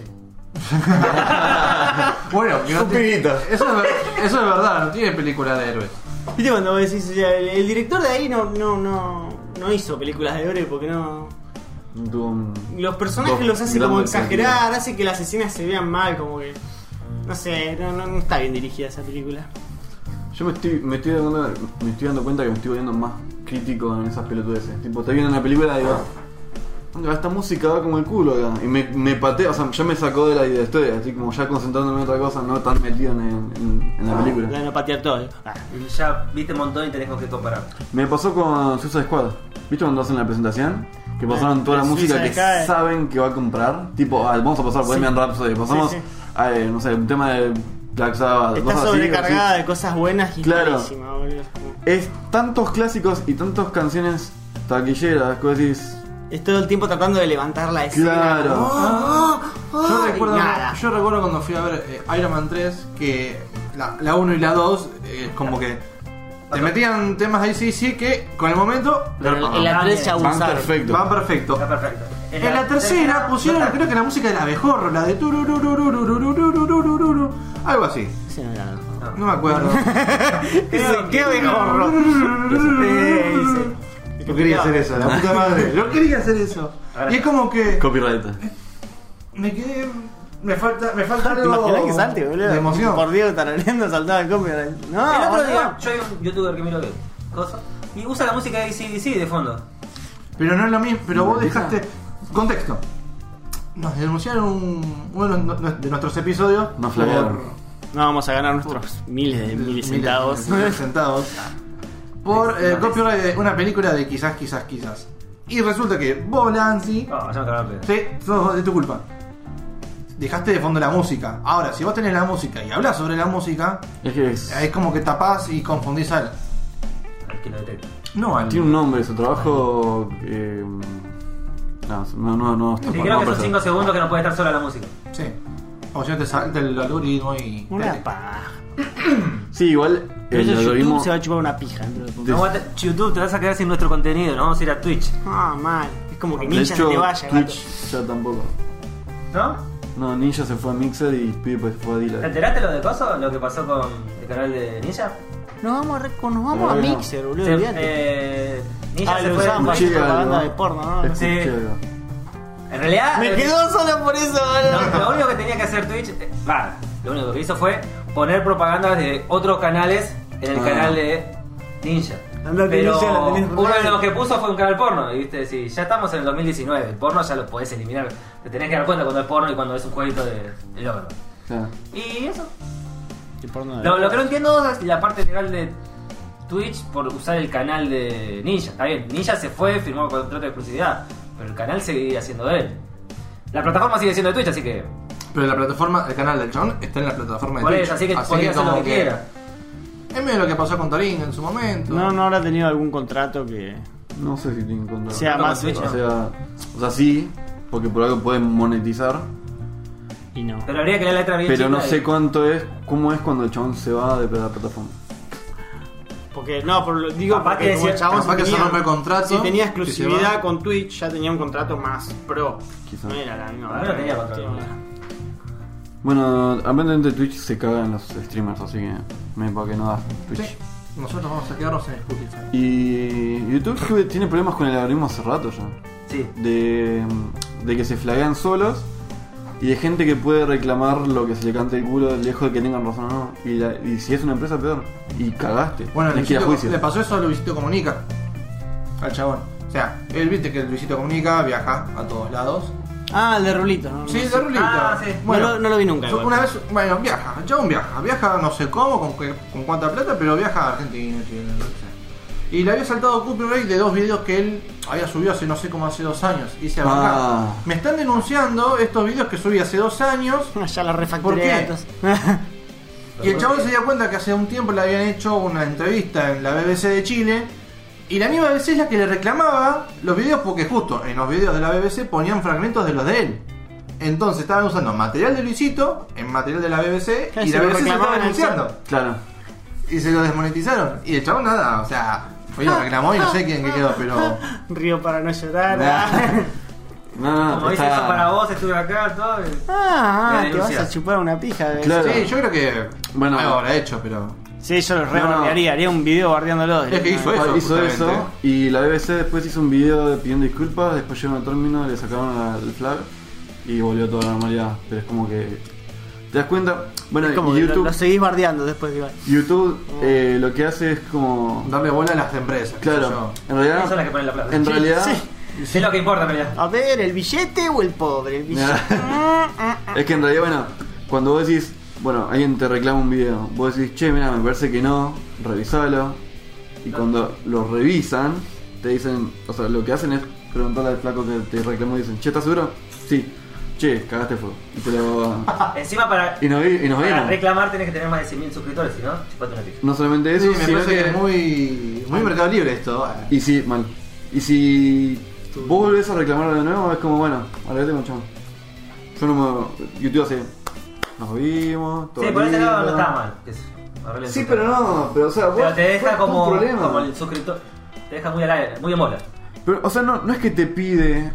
Bueno, que no Son pibitas. eso es verdad, no tiene película de héroes. ¿Viste cuando vos decís, o sea, el director de ahí no hizo películas de héroes porque no... Los personajes los hace como exagerar, hace que las escenas se vean mal, como que... No sé, no está bien dirigida esa película. Yo me estoy dando cuenta que me estoy volviendo más crítico en esas pelotudeces. Tipo, estoy viendo una película y digo, "Anda, esta música va como el culo acá". Y me patea, o sea, ya me sacó de la idea. Estoy así como ya concentrándome en otra cosa, no tan metido en la película. La no patear todo. Y ya viste un montón y tenés con qué comparar. Me pasó con Suicide Squad. ¿Viste cuando hacen la presentación? Que pasaron toda la música que saben que va a comprar. Tipo, vamos a pasar Bohemian Rhapsody. Pasamos, no sé, un tema de Black Sabbath. Está sobrecargada de cosas buenas y claro. malísima, boludo. Es tantos clásicos y tantas canciones taquilleras que vos decís. Es todo el tiempo tratando de levantar la escena. Claro. Yo recuerdo cuando fui a ver Iron Man 3 que la 1 y la 2 como que te metían temas ahí sí que con el momento En la 3 ya van abusaron. perfecto. van perfecto. Está perfecto. En la tercera pusieron creo que la música del abejorro, la de tururururururururururururu, algo así. Ese no era el mejor. No me acuerdo. ¿Qué abejorro? Yo quería hacer eso, la puta madre. Yo quería hacer eso. Y es como que Copyright. me quedé. Me falta ¿Te algo imaginas que salte, boludo? de emoción. Por Diego tarareando saltaba el copyright. No, El otro boludo. día, yo hay un youtuber que miro cosas y usa la música de AC/DC de fondo. Pero no es lo mismo. Pero vos ¿Monetiza? dejaste. Contexto. Nos denunciaron uno de nuestros episodios. Nos flagraron. No vamos a ganar nuestros miles de milicentavos. Centavos. Por copyright de una película de quizás. Y resulta que vos, Lancy, No, ya me cagaron el pedo. sí, todo es tu culpa. Dejaste de fondo la música. Ahora, si vos tenés la música y hablas sobre la música, Es que es como que tapás y confundís al. Al que lo detecta. No, al. tiene un nombre, su trabajo. No. Y creo que son 5 segundos que no puede estar sola la música. Sí. O si no te salta el algoritmo y. Una paja. Sí, igual Pero el eso YouTube algoritmo. se va a chupar una pija dentro de poco. No aguante, YouTube, te vas a quedar sin nuestro contenido, no vamos a ir a Twitch. Ah, mal. Es como que De Ninja se hecho, te vaya, gato. Twitch ya tampoco. ¿No? No, Ninja se fue a Mixer y PewDiePie se fue a ¿Te Dila. enteraste lo de Coso? Lo que pasó con el canal de Ninja. Nos vamos a Pero Mixer, boludo. olvídate. Ninja se lo fue. usaban para escuché hacer propaganda algo. de porno, ¿no? Escuché Sí. algo. En realidad. Me quedó solo por eso, boludo. Lo único que tenía que hacer Twitch. Lo único que hizo fue poner propagandas de otros canales en el canal de Ninja. Anda que Pero Ninja la tenés uno re. de los que puso fue un canal porno. Y viste, si ya estamos en el 2019, el porno ya lo podés eliminar. Te tenés que dar cuenta cuando es porno y cuando es un jueguito de logro. Claro. Y eso. El porno de- Lo que no entiendo es la parte legal de Twitch por usar el canal de Ninja. Está bien, Ninja se fue, firmó el contrato de exclusividad, pero el canal seguía siendo de él. La plataforma sigue siendo de Twitch, así que. Pero la plataforma, el canal del John está en la plataforma de Por Twitch. eso, así que podía hacer lo como que quiera. Es medio lo que pasó con Tarín en su momento. No habrá tenido algún contrato que No sé si tienen control. Sea No, más Twitch, Twitch. O sea, sí, porque por algo pueden monetizar. Y no. Pero habría que leer la letra bien Pero chica no y- sé cómo es cuando el chabón se va de la plataforma. Porque, no, digo, Capaz porque que como el decía- chabón capaz que se rompe el contrato si tenía y exclusividad se va. con Twitch, ya tenía un contrato más pro. Quizás. No era la misma. Por lo menos tenía contrato. Bueno, aparentemente Twitch se caga en los streamers, así que me para que no da Twitch. Sí. Nosotros vamos a quedarnos en Spotify. Y YouTube tiene problemas con el algoritmo hace rato ya. Sí. De que se flaguean solos y de gente que puede reclamar lo que se le cante el culo, lejos de que tengan razón o no. Y si es una empresa, peor. Y cagaste. Bueno, Tenés que ir a juicio. le pasó eso a Luisito Comunica. Al chabón. O sea, él viste que Luisito Comunica viaja a todos lados. Ah, el de Rulito, ¿no? Sí, No de sé. Rulito. Ah, sí. No lo vi nunca, igual. Una vez, bueno, viaja, el chabón viaja no sé cómo, con cuánta plata, pero viaja a Argentina, Chile, lo que sea. Y le había saltado copyright de 2 videos que él había subido hace no sé cómo hace 2 años. Y se Ah. me están denunciando estos videos que subí hace 2 años. Ya la refacturé. ¿Por qué? entonces. Y el chabón se dio cuenta que hace un tiempo le habían hecho una entrevista en la BBC de Chile. Y la misma BBC es la que le reclamaba los videos porque justo en los videos de la BBC ponían fragmentos de los de él. Entonces estaban usando material de Luisito en material de la BBC Claro, y se la lo BBC se estaba reclamaban al denunciando. Claro. Y se lo desmonetizaron. Y el chabón nada, o sea, fue y lo reclamó y no sé quién qué quedó, pero... Río para no llorar. No, Como dice eso para vos, estuve acá, todo. Ah, Me te vas denuncias. a chupar una pija. ¿ves? Claro. Sí, yo creo que Bueno. algo habrá hecho, pero... Sí, yo lo No, rebardearía, haría un video bardeándolo. Es que hizo eso. Hizo justamente. eso y la BBC después hizo un video pidiendo disculpas, después llegaron al término, le sacaron el flag y volvió toda la normalidad. Pero es como que... ¿Te das cuenta? Bueno, Es como y que YouTube, lo seguís bardeando después igual. YouTube lo que hace es como... Darle bola a las empresas. qué sé Claro, yo. en realidad... Esas son las que ponen la plata. En realidad... Sí. Es lo que importa, en realidad. A ver, ¿el billete o el pobre? El billete. Es que en realidad, bueno, cuando vos decís, bueno, alguien te reclama un video, vos decís, che, mira, me parece que no, revisalo. Y cuando lo revisan, te dicen, o sea, lo que hacen es preguntarle al flaco que te reclamó y dicen, che, ¿estás seguro? Sí. Che, cagaste fuego. Y te lo... Encima para, Y nos para vimos. reclamar tenés que tener más de 100.000 suscriptores, si no, chupate una pija. No solamente Sí, eso, me sino parece que que... es muy Mercado Libre esto. Y si, mal. Y si vos volvés a reclamarlo de nuevo, es como, bueno, arreglate mucho. Yo no me... YouTube hace... Nos vimos, todo Sí, por ese lado no lindo. está mal. que es- arreglen Sí, su- pero no, pero o sea, vos Pero te deja fue un como, problema. como el suscriptor. Te deja muy al aire, muy en bola. Pero, o sea, no es que te pide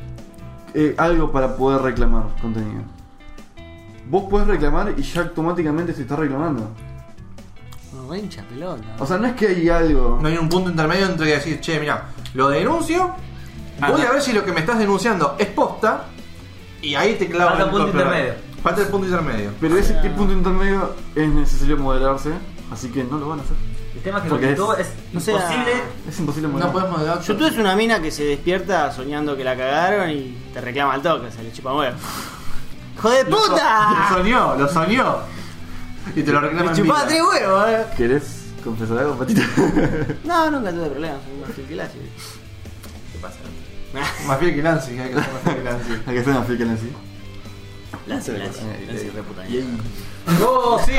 algo para poder reclamar contenido. Vos podés reclamar y ya automáticamente se está reclamando. No, hincha pelota. O sea, no es que hay algo. No hay un punto intermedio entre que decir, che, mira, lo denuncio, voy a ver si lo que me estás denunciando es posta, y ahí te clavo Falta el un punto copyright. intermedio. Falta el punto intermedio. Pero ese punto intermedio es necesario moderarse, así que no lo van a hacer. El tema es que Porque con YouTube es no sé, imposible. Es imposible No moderar. podemos dar. YouTube es una mina que se despierta soñando que la cagaron y te reclama al toque, se le chupa huevo. ¡Hijo de Lo puta! soñó. Y te lo reclaman Me en chupaba vida. 3 huevos, ¿Querés confesar algo, Patito? No, nunca tuve problemas, soy más fiel que Lassi. ¿Qué pasa? Más fiel que Lancy, hay que ser más fiel que Lancy. ¿A que suena fiel así? Lassi, Lassi, re puta mierda. ¡Oh, sí!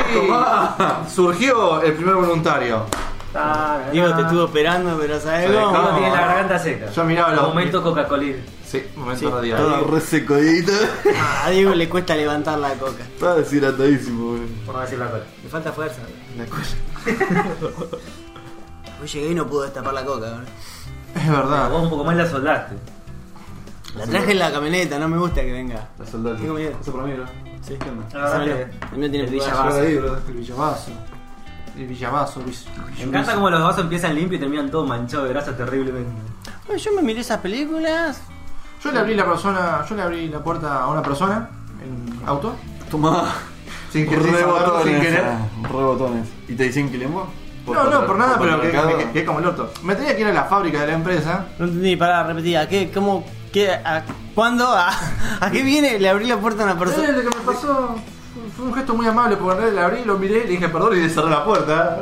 Surgió el primer voluntario. Diego te estuvo esperando, pero ¿sabes Sí, cómo? Diego no. tiene la garganta seca. Yo miraba los- Momento Coca-Cola. Sí, momento Sí, radial. Todo resecodito. A Diego le cuesta levantar la coca. Estaba deshidratadísimo, boludo. Por no decir la cola. Le falta fuerza. La cola. Hoy llegué y no pudo destapar la coca. ¿verdad? Es verdad. Vos un poco más la soldaste. La traje en la camioneta, no me gusta que venga. La soldada. Tengo miedo. Eso para mí, bro. Sí. ¿Qué onda? La verdad Sámelo. que El mío tiene el pulgar. Villavaso. Ahí, bro. El Villavaso. El Villavaso. me encanta como los vasos empiezan limpios y terminan todos manchados de grasa terriblemente. Oye, yo me miré esas películas. Yo le abrí la puerta a una persona en auto. Tomá. Sin querer, sin saberlo, sin querer. Rebotones. ¿Y te dicen quilombo? No, por nada, pero que mercado. que como el orto. Me tenía que ir a la fábrica de la empresa. No entendí, pará, repetí. ¿A qué? ¿Cómo? ¿Qué? ¿A cuándo? ¿A qué viene? Le abrí la puerta a una persona. Lo que me pasó fue un gesto muy amable porque en realidad le abrí, lo miré, le dije perdón y le cerré la puerta.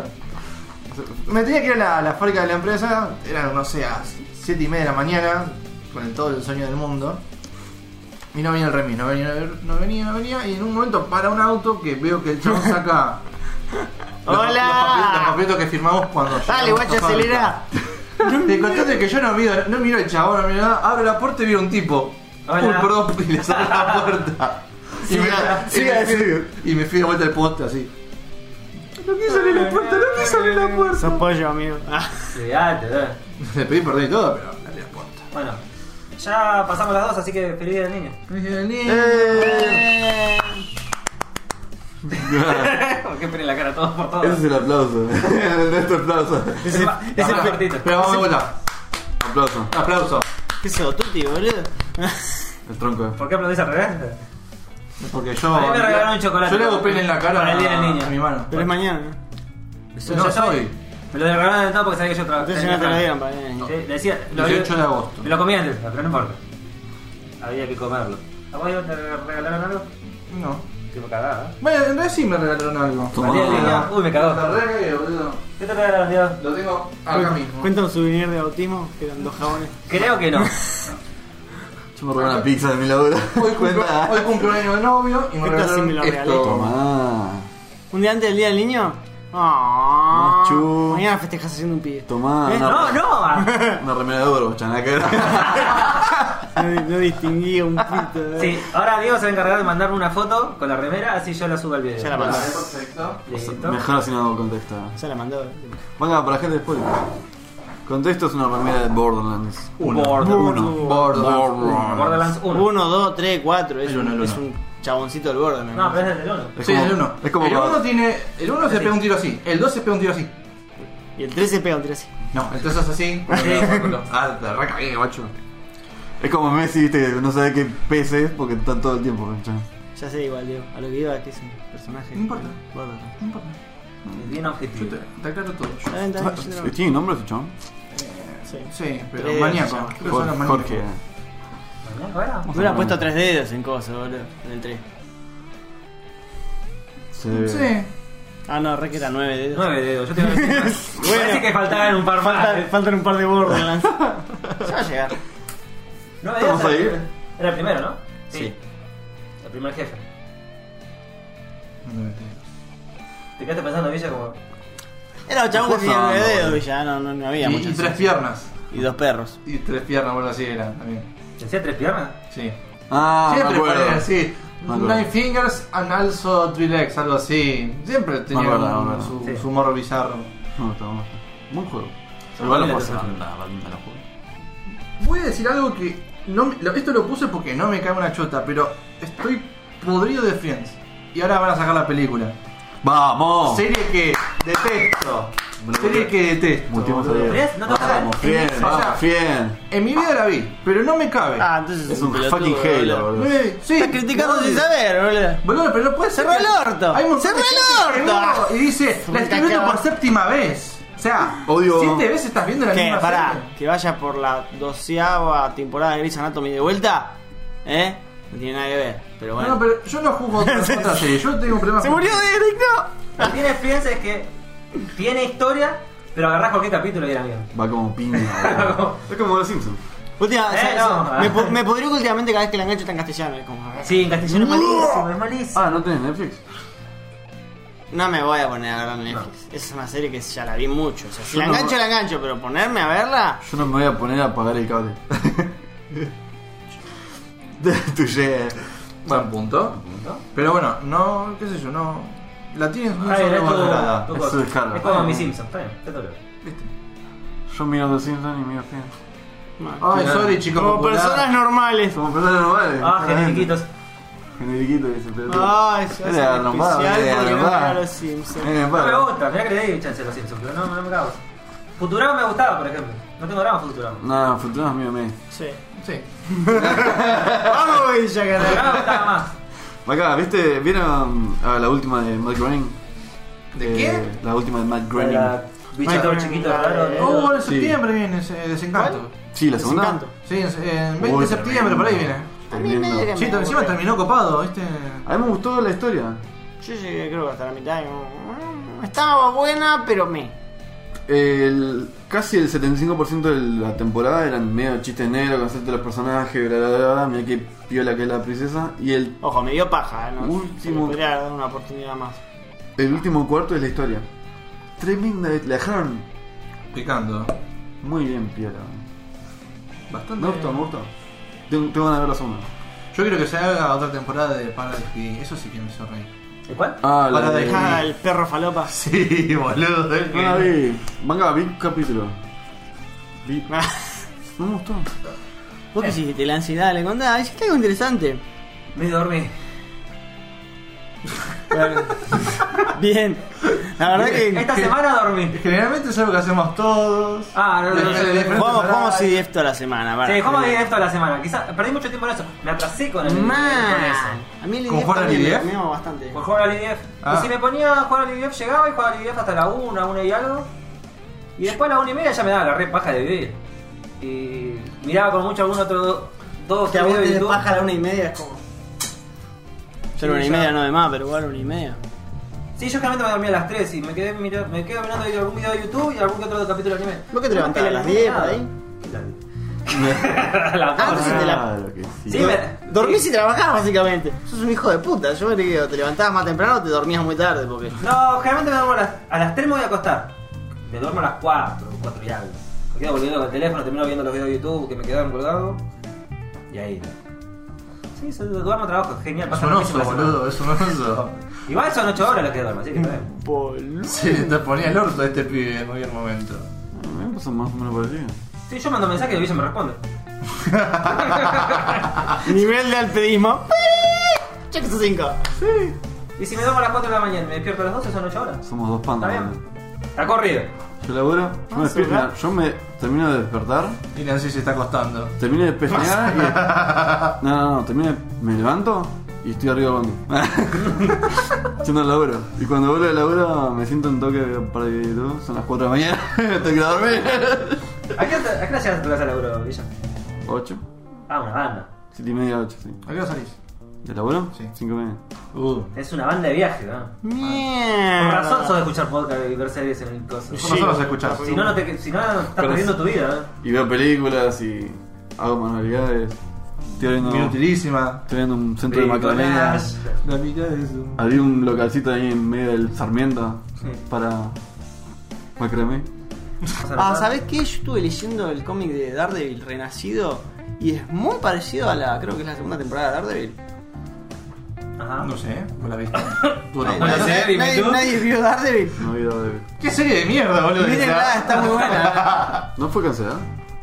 Me tenía que ir a la fábrica de la empresa, eran, no sé, a 7:30 de la mañana, con todo el sueño del mundo. Y no venía el remis, no venía. Y en un momento para un auto que veo que el chabón saca ¡Hola! los papelitos que firmamos cuando Dale, llegamos guacho, a fábrica. acelera. El contraste es que yo no miro el chabón, no miro nada, abro la puerta y veo un tipo. Hola. Full prop y le cerré la puerta. Y me fui de vuelta al poste así. No quiso abrir la puerta, no quiso abrir la puerta. Sos pollo, amigo. Cuidate, Le pedí perdón y todo, pero no abrí la puerta. Bueno, ya pasamos las 2, así que feliz día del niño. ¿Por qué ponen la cara todos por todos? Ese es el aplauso. El resto aplauso. Ese cortito. Pero vamos de vuelta. Aplauso. Aplauso. ¿Qué sos, Tuti, boludo? El tronco. ¿Por qué aplaudís al revés? Porque yo. A mí me regalaron un chocolate. Yo le hago pene en la cara Para el día del niño. a mi mano. Pero es mañana, ¿no? No soy. Me lo regalaron de todo porque sabía que yo trabajaba. Entonces no te lo dieron para mí. Sí, decía, 18 de agosto. me lo comí antes, pero no importa. Había que comerlo. ¿A vos te regalaron algo? No. Tipo cagada. Bueno, en realidad sí me regalaron algo. Toma. ¿El día del niño? Uy, me cagó. La regué, boludo. ¿Qué te regalaron, Dios? Lo tengo acá mismo. Cuenta un souvenir de bautismo, que eran 2 jabones. Creo que no. Yo me robé una pizza de mi laburo. Hoy cumple un año de novio y me Esta sí me regalaron lo regalé. esto. Tomá. ¿Un día antes del día del niño? Ah, Machu. mañana festejas haciendo un pibe. Tomá. ¿Eh? No, no. Una remera de oro, chanaca. No distinguía un pito. Sí, ahora Diego se va a encargar de mandarme una foto con la remera, así yo la subo al video. Ya la mandó. Perfecto. Listo. Mejor así no contesta. Ya la mandó. Venga, para la gente después. Contexto es una remera de Borderlands. Borderlands 1. 1, 2, 3, 4. Es El uno, el es uno. un chaboncito del Borderlands. No, pero es del 1. Es Sí, como- el 1. es como el para- 1 tiene. El 1 se pega un tiro así. El 2 se pega un tiro así. Y el 3 se pega un tiro así. No, entonces así. Ah, te recagué, guacho. Es como Messi, viste, que no sabe qué pese es porque están todo el tiempo. ¿cachai? Ya sé igual, Diego. A lo que iba que es un personaje. No importa. Borderlands. No importa. Bien Yo objetivo. te aclaro todo. Está bien, está bien, yo te lo- ¿Tiene nombre ese chabón? Sí. Sí, pero Tres, maníaco. ya. Creo que son los maníacos. Jorge. Me hubiera puesto 3 dedos en cosas, boludo. En el 3. Sí. Ah, no, re que era 9 dedos. 9 dedos, yo te voy a decir más. Bueno. Parece que faltaban un par más. Faltan un par de Borderlands. Ya va a llegar. 9 dedos. ¿Estamos ahí? Era el primero, ¿no? Sí. El primer jefe. Te quedaste pensando, Villa, como. Era un chabón que tenía 9 Forzando, dedos y ya no había Y muchas. 3 piernas. Y 2 perros. Y 3 piernas, bueno, así era también. ¿Decía 3 piernas? Sí. Ah, Siempre me acuerdo. ponía así. Me acuerdo. 9 fingers and also 3 legs, algo así. Siempre tenía Me acuerdo. su Sí. humor bizarro. No, está bueno. Buen juego. Yo Igual no lo me pasé. lo No, tengo. me lo jugué. Voy a decir algo que esto lo puse porque no me cae una chota, pero estoy podrido de Friends. Y ahora van a sacar la película. ¡Vamos! Serie que detesto. Serie que detesto. Multimos a boludo. Diego. ¿Ves? No te vas a ver. Vamos, bien, O sea, vamos, bien. En mi vida la vi, pero no me cabe. Ah, entonces Es un pelotudo, fucking boludo. Halo, boludo. Sí, Estás criticando no, sin saber, boludo. Boludo, pero no puede ser. ¡Cerrá que- el orto! Hay un montón de ¡Cerrá el gente que orto! vio Y dice, la estoy viendo por séptima vez. O sea, Odio. 7 veces estás viendo la ¿Qué? misma Pará, serie. que vaya por la 12ª temporada de Grey's Anatomy de vuelta. ¿Eh? No tiene nada que ver. Pero bueno. No, pero yo no juzgo otra serie. Yo tengo un problema ¡Se con- murió de directo! Lo que tiene Friends es que tiene historia, pero agarrás cualquier capítulo y era bien. Va como piña. boludo. Es como los Simpsons. Última, no. me podría que últimamente cada vez que la engancho está en castellano. Es como. Sí, en castellano es malísimo, es malísimo. Ah, ¿no tenés Netflix? No me voy a poner a ver Netflix. Es una serie que ya la vi mucho. O sea, si Yo la no- engancho, la engancho. Pero ponerme a verla. Yo no me voy a poner a pagar el cable. Tuye. Buen punto. Pero bueno, no, qué sé yo, no. La tienes muy Está bien, es sobrevalorada. tu Es cosa. su descarga. Es como mi Simpsons, está bien, te toca. ¿Viste? Yo miro los Simpsons y miro Friends. Ay, sorry, chico. Como popular. personas normales. Como personas normales. Ah, generiquitos. Generiquito dice, pero. Ay, se hace Era especial nombrado, porque era no nombrado. mira los Simpsons. No me gusta, mirá que le di chance a los Simpsons, pero no me cago. Futurama me gustaba, por ejemplo. No tengo drama Futurama. No, Futurama es mío, me. Sí. Sí. Vamos, Villa, Futurama me carajo. gustaba más. Acá, ¿viste? ¿Vieron la última de Matt Groening? ¿De qué? La última de Matt Groening. La bichito chiquito raro. Oh, en Sí. septiembre viene ese Desencanto. Sí, la segunda. Desencanto. Sí, en 20 Uy, de septiembre, por ahí viene. A mí medio que Tremendo. me Sí, encima aburre. terminó copado, ¿viste? A mí me gustó la historia. Yo llegué creo que hasta la mitad y estaba buena, pero me. Casi el 75% de la temporada eran medio chistes negros, concepto de los personajes, bla bla bla, bla. Mira qué piola que es la princesa. Y Ojo, me dio paja, ¿no? Último. Se le podría dar una oportunidad más. el último cuarto es la historia. Tremenda, la dejaron Picando. Muy bien, Piera. Bastante. Me gustó. Tengo ganas de ver la segunda. Yo quiero que se haga otra temporada de Paradise PD. Eso sí que me hizo reír. ¿El cuál? Ah, la Para de... dejar- El perro falopa. Sí, boludo. No la vi. Manga, vi un capítulo. Vi... No me gustó. ¿Vos qué hiciste? La ansiedad, le contás. Hiciste algo interesante. Me dormí. Bueno, bien. La verdad que. Esta semana dormí. Generalmente es algo que hacemos todos. Ah, no. Jugamos CDF toda la semana. Vale. Sí, jugamos IDF toda la semana. Quizás perdí mucho tiempo en eso. Me atrasé con el con Man. eso. A mí el ¿Cómo IDF jugar al también IDF? me amo bastante. Por jugar al IDF. Ah. Y si me ponía a jugar al IDF, llegaba y jugaba al IDF hasta la 1 y algo. Y después a la 1:30 ya me daba la re paja de vivir. Y miraba con mucho algún otro. Dos Que a vos videos te de des YouTube. paja a la 1:30 es como. Yo a la 1:30 no de más, pero igual a la 1:30. Sí, yo generalmente me dormía a las 3 y me quedé mirando algún video de YouTube y algún que otro capítulo de anime. ¿Vos qué te levantás? ¿A las 10 por ahí? A las Ah, entonces te la- Claro que sí. Sí, me- Dormís y trabajás básicamente. Sos un hijo de puta. Yo me digo, te levantabas más temprano o te dormías muy tarde porque. No, generalmente me duermo a las 3 me voy a acostar. Me duermo a las 4 y algo. Me quedo volviendo con el teléfono, termino viendo los videos de YouTube que me quedaron colgados. Y ahí. Sí, duermo, trabajo, genial. Es pasa un rapidísimo oso, la semana. boludo, es un oso. Igual son 8 horas las que duermo, así que está bien. Boludo. Sí, te ponía el orto a este pibe en cualquier momento. A mí me pasa más o menos parecido. Sí, yo mando mensajes y el bicho me responde. Nivel de alpedismo. Check 5. Y si me duermo a las 4 de la mañana y me despierto a las 12, son 8 horas. Somos dos pandas. Está bien. boludo. Ha corrido. Yo laburo, yo me despierto, ¿verdad? mira, yo me termino de despertar, Y Nancy se está acostando. termino de pestañear y... No, termino de... Me levanto y estoy arriba hablando. Yendo al laburo. Y cuando vuelvo al laburo me siento un toque para YouTube, son las 4 de la mañana, tengo que ir a dormir. ¿A qué hora llegas a tu casa de laburo, Villa? 8, Ah, una banda. 7:30, 8, sí. ¿A qué hora salís? ¿De laburo? Sí. 5:30. Es una banda de viaje, ¿no? Por Mierda. razón sos de escuchar podcast y ver series en el coso. Vos no solo se escuchás. Si no, estás perdiendo tu vida, ¿eh? Y veo películas y hago manualidades. Estoy Inutilísima. viendo un centro de macramé. Bricolage. La mitad de eso. Abrí un localcito ahí en medio del Sarmiento Sí. para macramé. Ah, ¿sabés qué? Yo estuve leyendo el cómic de Daredevil Renacido y es muy parecido a la, creo que es la segunda temporada de Daredevil. Ajá. No sé, vos la viste. Tú Nadie, no. nadie vio Daredevil. No vi de... ¿Qué serie de mierda, boludo? Mírenla, está muy buena. ¿No fue cancelada?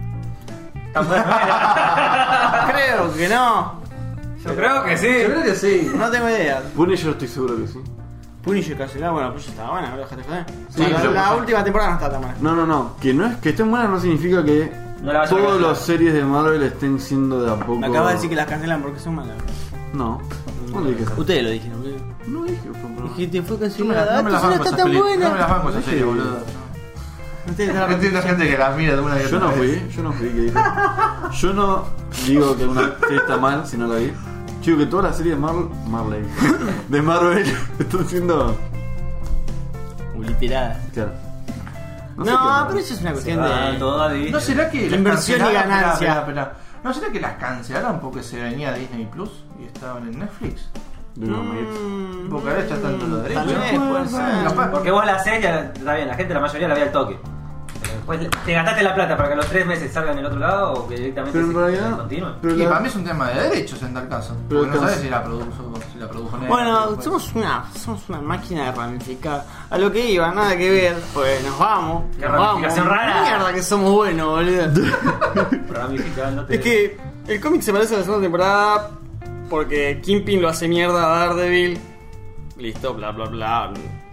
Creo que no. Yo creo que sí. Yo creo que sí. No tengo idea. Punisher estoy seguro que sí. Punisher cancelado, bueno, Punisher estaba buena, no dejate joder. Sí, la yo- la última temporada no está tan buena. No. Que no es que estén buenas no significa que No la vas a todas cancelar. las series de Marvel estén siendo de a poco. Me acaba de decir que las cancelan porque son malas. No. No dije eso. Ustedes lo dijeron, boludo. No dije que fue un Dijiste, fue Yo me la- cancelada. no me las Entonces no banco está esas tan películas. No me las buena. banco esas series, boludo. Ustedes están No entiendo gente que las mira de una y Yo otra no vez. fui que dije. Yo no digo que una serie está mal si no la vi. Yo digo que todas las series de de Marvel están siendo. Literada. Claro. No, sé qué onda. pero eso es una Se cuestión va de. todo a Disney. ¿No será que las Inversión y cancelaron? ganancia. Espera. ¿No será que las cancelaron porque se venía a Disney Plus y estaban en Netflix? De una manera. Porque ahora ya están todos los derechos. Tal vez, puede ser. Capaz. Porque vos la serie, está bien, la gente, la mayoría la ve al toque. Pero después te gastaste la plata para que a los 3 meses salgan en el otro lado o que directamente Pero en realidad. continúe. pero Y la- para mí es un tema de derechos en tal caso. Pero Porque no can- sabes si la produjo Netflix. Bueno, pues. somos una máquina de ramificar. A lo que iba, nada que ver, pues nos vamos. Qué Nos vamos. ramificación rara. Mierda que somos buenos, boludo. Ramificándote. Es que el cómic se parece a la segunda temporada porque Kingpin lo hace mierda a Daredevil. Listo, bla bla bla.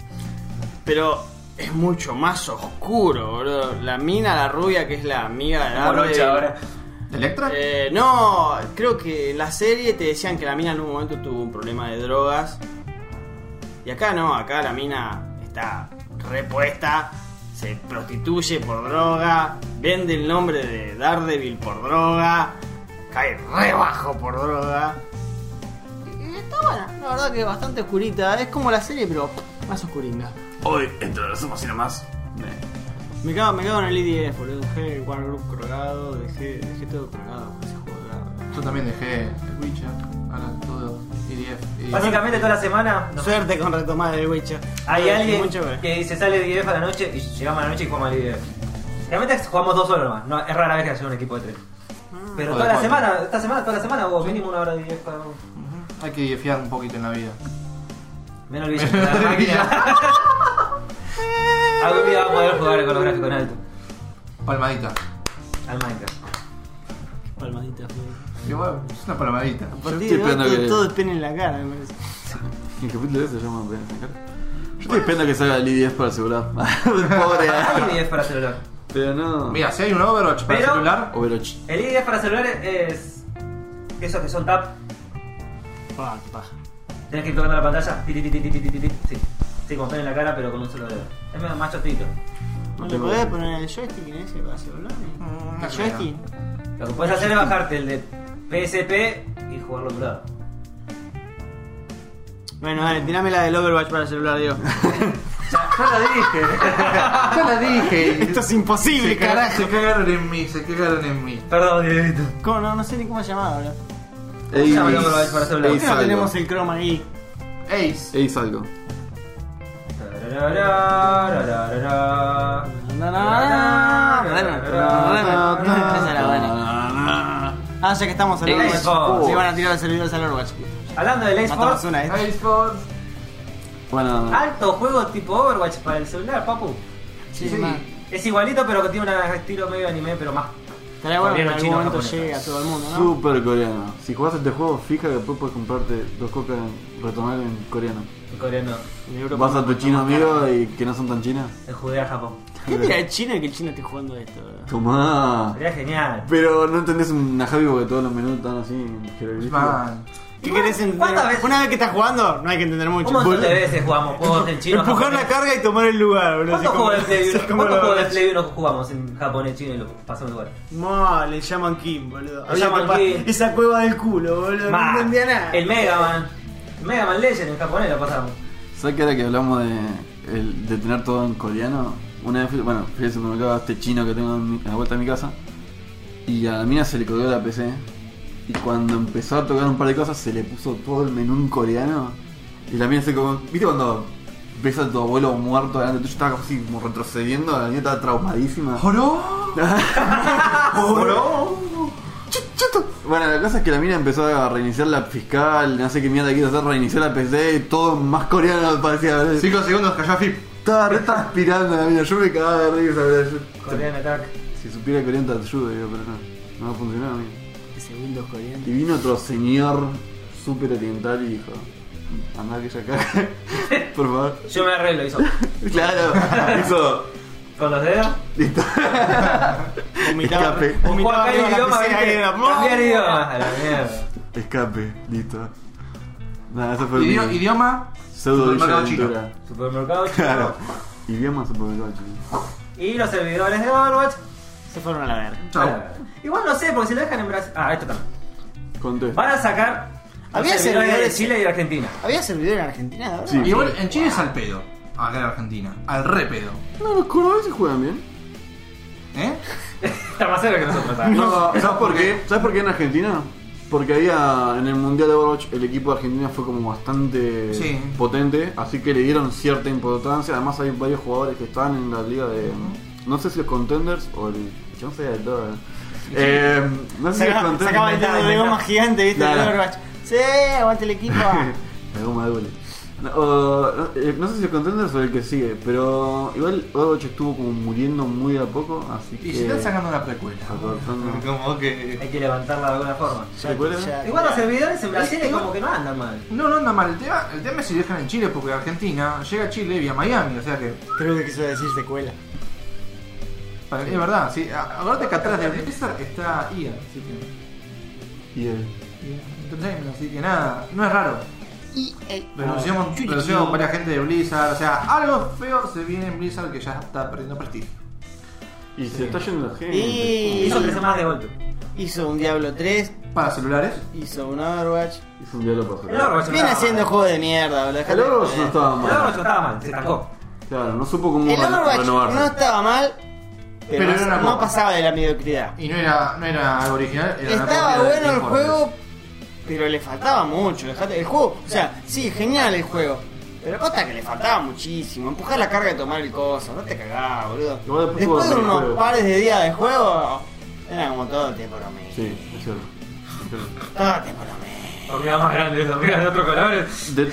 Pero es mucho más oscuro, boludo. La mina, la rubia, que es la amiga de Morocha Daredevil. ahora. ¿Electra? No, creo que en la serie te decían que la mina en un momento tuvo un problema de drogas. Y acá no, acá la mina está repuesta, se prostituye por droga, vende el nombre de Daredevil por droga, cae re bajo por droga. Y está buena, la verdad que bastante oscurita. Es como la serie, pero más oscuringa. Hoy, entre los somos y nada más. Me cago en el IDF, boludo. Dejé el War Group colgado, dejé todo colgado con ese juego de Daredevil. Yo también dejé el Witcher. Ahora todo EDF. Básicamente toda la semana nos- Suerte con retomar el Witcher. hay alguien Mucho, que se sale de IDF a la noche y llegamos a la noche y jugamos al IDF. Realmente jugamos 2 horas nomás. No, es rara vez que haya un equipo de 3. Pero O toda de la 4. semana, toda la semana hubo mínimo 1 hora y 10 cada uno. Hay que fiar un poquito en la vida. Menos el bicho, la máquina. Algún día vamos a poder jugar con los gráficos en alto. Palmadita. Al Minecraft. Palmadita. Igual, es una palmadita. A Yo partir estoy de ahora esperando que- todo es pena en la cara, me parece. ¿En qué capítulo se llama Pena en la cara? Yo estoy esperando que salga el i10 para el celular. Pobre. Hay IDF para celular. Pero no. Mira, si hay un Overwatch para Pero- celular, Overwatch. El IDF para celular es. Esos que son tap. Paja. Tenés que ir tocando la pantalla. Sí. Sí, con pena en la cara, pero con un solo dedo. Es medio más chotito. ¿No le podés poner el joystick en ese para celular? no ¿El creo. joystick? Lo que puedes hacer es bajarte el de PSP y jugarlo en tu lado. Bueno, dale, tirame la del Overwatch para celular, Diego. Ya la dije. ya la dije. Esto es imposible, Se carajo. cagaron en mí, se cagaron en mí. Perdón, Dieguito. ¿Cómo? No sé ni cómo se llamaba ahora. se llama el Overwatch para celular? ¿Por Ace qué no algo. tenemos el croma ahí? Ace. Ace algo. Esa era buena. Ah, ya que estamos al El Overwatch. Xbox. Se van a tirar los servidores al Overwatch. Hablando del Matamos eSports, una, Ace Force. Bueno, alto juego tipo Overwatch para el celular, papu. Sí, Sí. man. Es igualito, pero que tiene un estilo medio anime, pero más. Estaría bueno que en Coreano, algún chino, momento japonés. llegue a todo el mundo, ¿no? super coreano. Si jugás este juego, fija que después puedes comprarte 2 cocas retomar en coreano. En coreano, En Europa Vas a tu no chino más amigo caro. y que no son tan chinas. en Judea, Japón. ¿Qué tira el chino y que el chino esté jugando esto? ¿Verdad? Tomá. Sería genial. Pero no entendés una Javi porque todos los menús están así en jeroglífico. Man. ¿Qué querés entender? ¿Cuántas veces? Una vez que estás jugando, no hay que entender mucho. Un montón de veces jugamos juegos en chino. Empujar la japonés. carga y tomar el lugar, boludo. ¿Cuántos Así como- juegos de Play así 1? como ¿Cuántos lo- juegos de Play 1 jugamos en japonés, chino y lo pasamos igual? No, le llaman Kim, boludo. Le Había llaman que pa- Kim. Esa cueva del culo, boludo. No Ma, entendía nada. el Mega Man. El Mega Man Legend en japonés lo pasamos. ¿Sabes que ahora que hablamos de tener todo en coreano? Una vez fui al supermercado a este chino que tengo a la vuelta de mi casa y a la mina se le colgó la PC y cuando empezó a tocar un par de cosas se le puso todo el menú en coreano y la mina se como... ¿Viste cuando ves a tu abuelo muerto delante tuyo? Estaba así como retrocediendo, la niña estaba traumadísima. ¿Joro? Bueno, la cosa es que la mina empezó a reiniciar la fiscal, no sé qué mierda quiso hacer, reiniciar la PC, todo más coreano parecía. 5 segundos cayó a Flip. Estaba re transpirando la mina, yo me cagaba de risa. Corean Attack. Si supiera coreano te ayudo, digo, pero no va a funcionar, amigo. Ese Windows coreano. Y vino otro señor súper oriental y dijo, andá aquella caja, por favor. Yo me arreglo, hizo. Claro, hizo, Con los dedos. listo. Vomitaba. Escape. O Vomitaba acá arriba el la idioma, PC, ¿viste? ahí era- Cambiar idioma. A la mierda. Escape, listo. Nada, eso fue mi Idioma. pseudo supermercado villa chino. aventura. Supermercado chino. Claro. Idioma supermercado chino. Y los servidores de Overwatch. Se fueron a la verga. Chau. Igual no sé, porque si lo dejan en Brasil. Ah, esto también. Conté. Van a sacar los Había servidores de servidores- Chile y de Argentina. ¿Había servidor en Argentina, ¿verdad? Sí. Igual en Chile es al pedo. Acá en Argentina. Al re pedo. No, los cordobeses juegan bien. ¿Eh? Está más cerca que nosotros. ¿sabes? No, ¿sabes por qué? ¿Sabes por qué en Argentina? Porque había en el Mundial de Overwatch el equipo de Argentina fue como bastante Sí. potente, así que le dieron cierta importancia. Además hay varios jugadores que están en la liga de... No sé si los Contenders o el... Yo no sé de todo. No sé si los Sacaba Contenders... el dedo de goma gigante, ¿viste? Claro. El Overwatch. Sí, aguante el equipo. La goma duele. No sé si los Contenders o el que sigue, pero igual Overwatch estuvo como muriendo muy de a poco, así que... Y si están sacando una precuela. Acortando. Como que. Hay que levantarla de alguna forma. ¿Recuerdas? Igual los servidores en Brasil es como que no andan mal. No, no anda mal. El tema es si dejan en Chile, porque Argentina llega a Chile vía Miami, o sea que. Creo que quiso decir secuela. Es verdad, sí. Acuérdate que atrás de Blizzard está EA, así que. Y el... Entonces, así que nada, no es raro. Renunciamos Chuchi. varias gente de Blizzard, o sea, algo feo se viene en Blizzard que ya está perdiendo prestigio. Y se está yendo la gente. Y Hizo crecer más de golpe. hizo un Diablo 3, Para celulares. hizo un Overwatch. Hizo un diálogo El Overwatch Viene estaba haciendo mal. juego de mierda, boludo. El Overwatch no estaba El Overwatch mal. no estaba mal, se estancó. Claro, no supo cómo El Overwatch renovarse. no estaba mal, pero, Pero era una no copa. pasaba de la mediocridad. Y no era algo original, era una Estaba copia de bueno el Team Fortress. juego, pero le faltaba mucho. El juego, o sea, sí, genial el juego, Pero posta que le faltaba muchísimo. Empujar la carga de tomar el coso, no te cagás, boludo. Igual después Después de tuvo unos juego. pares de días de juego, era como todo el tiempo lo mismo. Sí, es cierto. Todo el tiempo lo mismo. Hormigas más grandes, hormigas de otro color. De,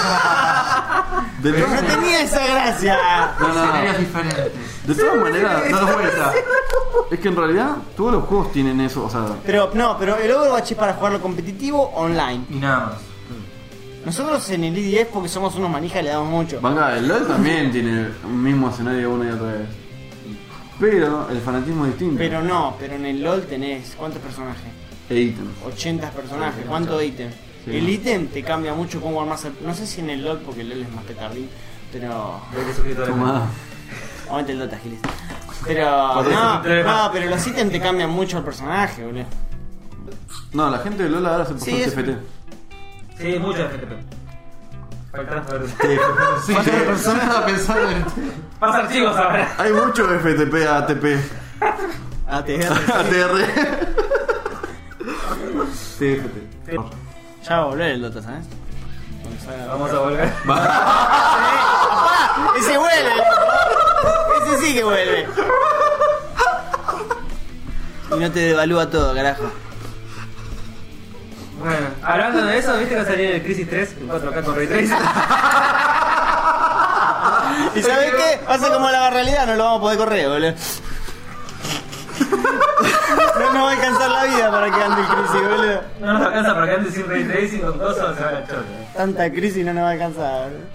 Pero no tenía esa gracia. no, no, Escenarios no. diferentes. De todas maneras, No nos vuelta. es que en realidad todos los juegos tienen eso, o sea, Pero no, pero el Overwatch es para jugarlo competitivo online. Y nada más. Nosotros en el I10 porque somos unos manijas le damos mucho. venga, el LoL también tiene un mismo escenario una y otra vez. Pero el fanatismo es distinto. Pero no, pero en el LOL tenés ¿cuántos personajes? E ítems. 80 personajes, ¿cuántos ítems? Sí. El ítem te cambia mucho cómo armás el... No sé si en el LOL porque el LOL es más petardín, pero... 20 suscriptores. Tomá. Aguante el Dota, Giles. Pero... Cuatro No, suscriptores no, más. pero los ítems te cambian mucho el personaje, boludo. No, la gente de LoL ahora se pasó Sí, el es- TFT. Sí, mucho de FTP. Faltan saber. Sí, estaba pensando en. Pasa archivos ahora. Hay mucho FTP a ATP. ATR. ATR. TFT. Ya va a volver el Dota, ¿sabes? Cuando salga- Vamos a volver. Ese vuelve. Ese sí que vuelve. Y no te devalúa todo, carajo. Bueno, hablando de eso, ¿viste que va a salir el Crisis 3 en 4K con Ray Tracing? ¿Y sabes qué? Pasa como la realidad, no lo vamos a poder correr, boludo. No nos va a alcanzar la vida para que ande el crisis, boludo. No nos alcanza para que ande sin Ray Tracing con cosas, se va a echar. Tanta crisis no nos va a alcanzar, boludo.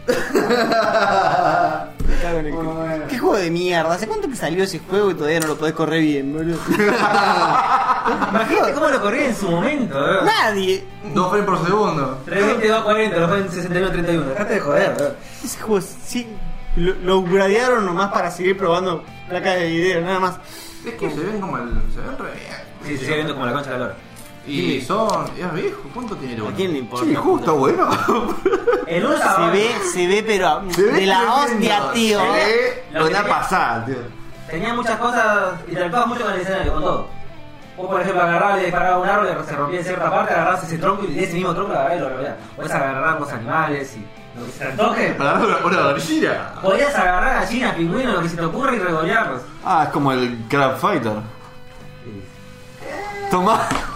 Me cago en el crisis. ¿Qué juego de mierda? ¿Hace cuánto que salió ese juego y todavía no lo podés correr bien, boludo? Imagínate cómo lo corrí en su momento, Nadie. 2 frames por segundo. 320, 240, lo fue en 61-31. Dejate de joder, Ese juego sí lo upgradearon nomás para seguir probando placas de video, nada más. Es que se ven como el. Se ven re bien. Sí, se sigue viendo como la concha de la lora. Y son. Es viejo. ¿Cuánto tiene el ¿A uno? quién le importa? Sí, justo, bueno. El 1 Se ve, pero Se ve de la tremendo. hostia, tío. Se ve Lo que una tenía- pasada, tío. tenía muchas cosas, interactuabas mucho con el escenario, con todo. Vos, por ejemplo, agarrabas y disparabas un árbol y se rompía en cierta parte, agarrabas ese tronco y de ese mismo tronco lo agarrabas y lo revolvías. Podías agarrar los animales y lo que se te antoje. Para dar una gallina. Podías agarrar gallinas, pingüinos, lo que se te ocurra y regolearlos. Ah, es como el Crab Fighter. Tomá.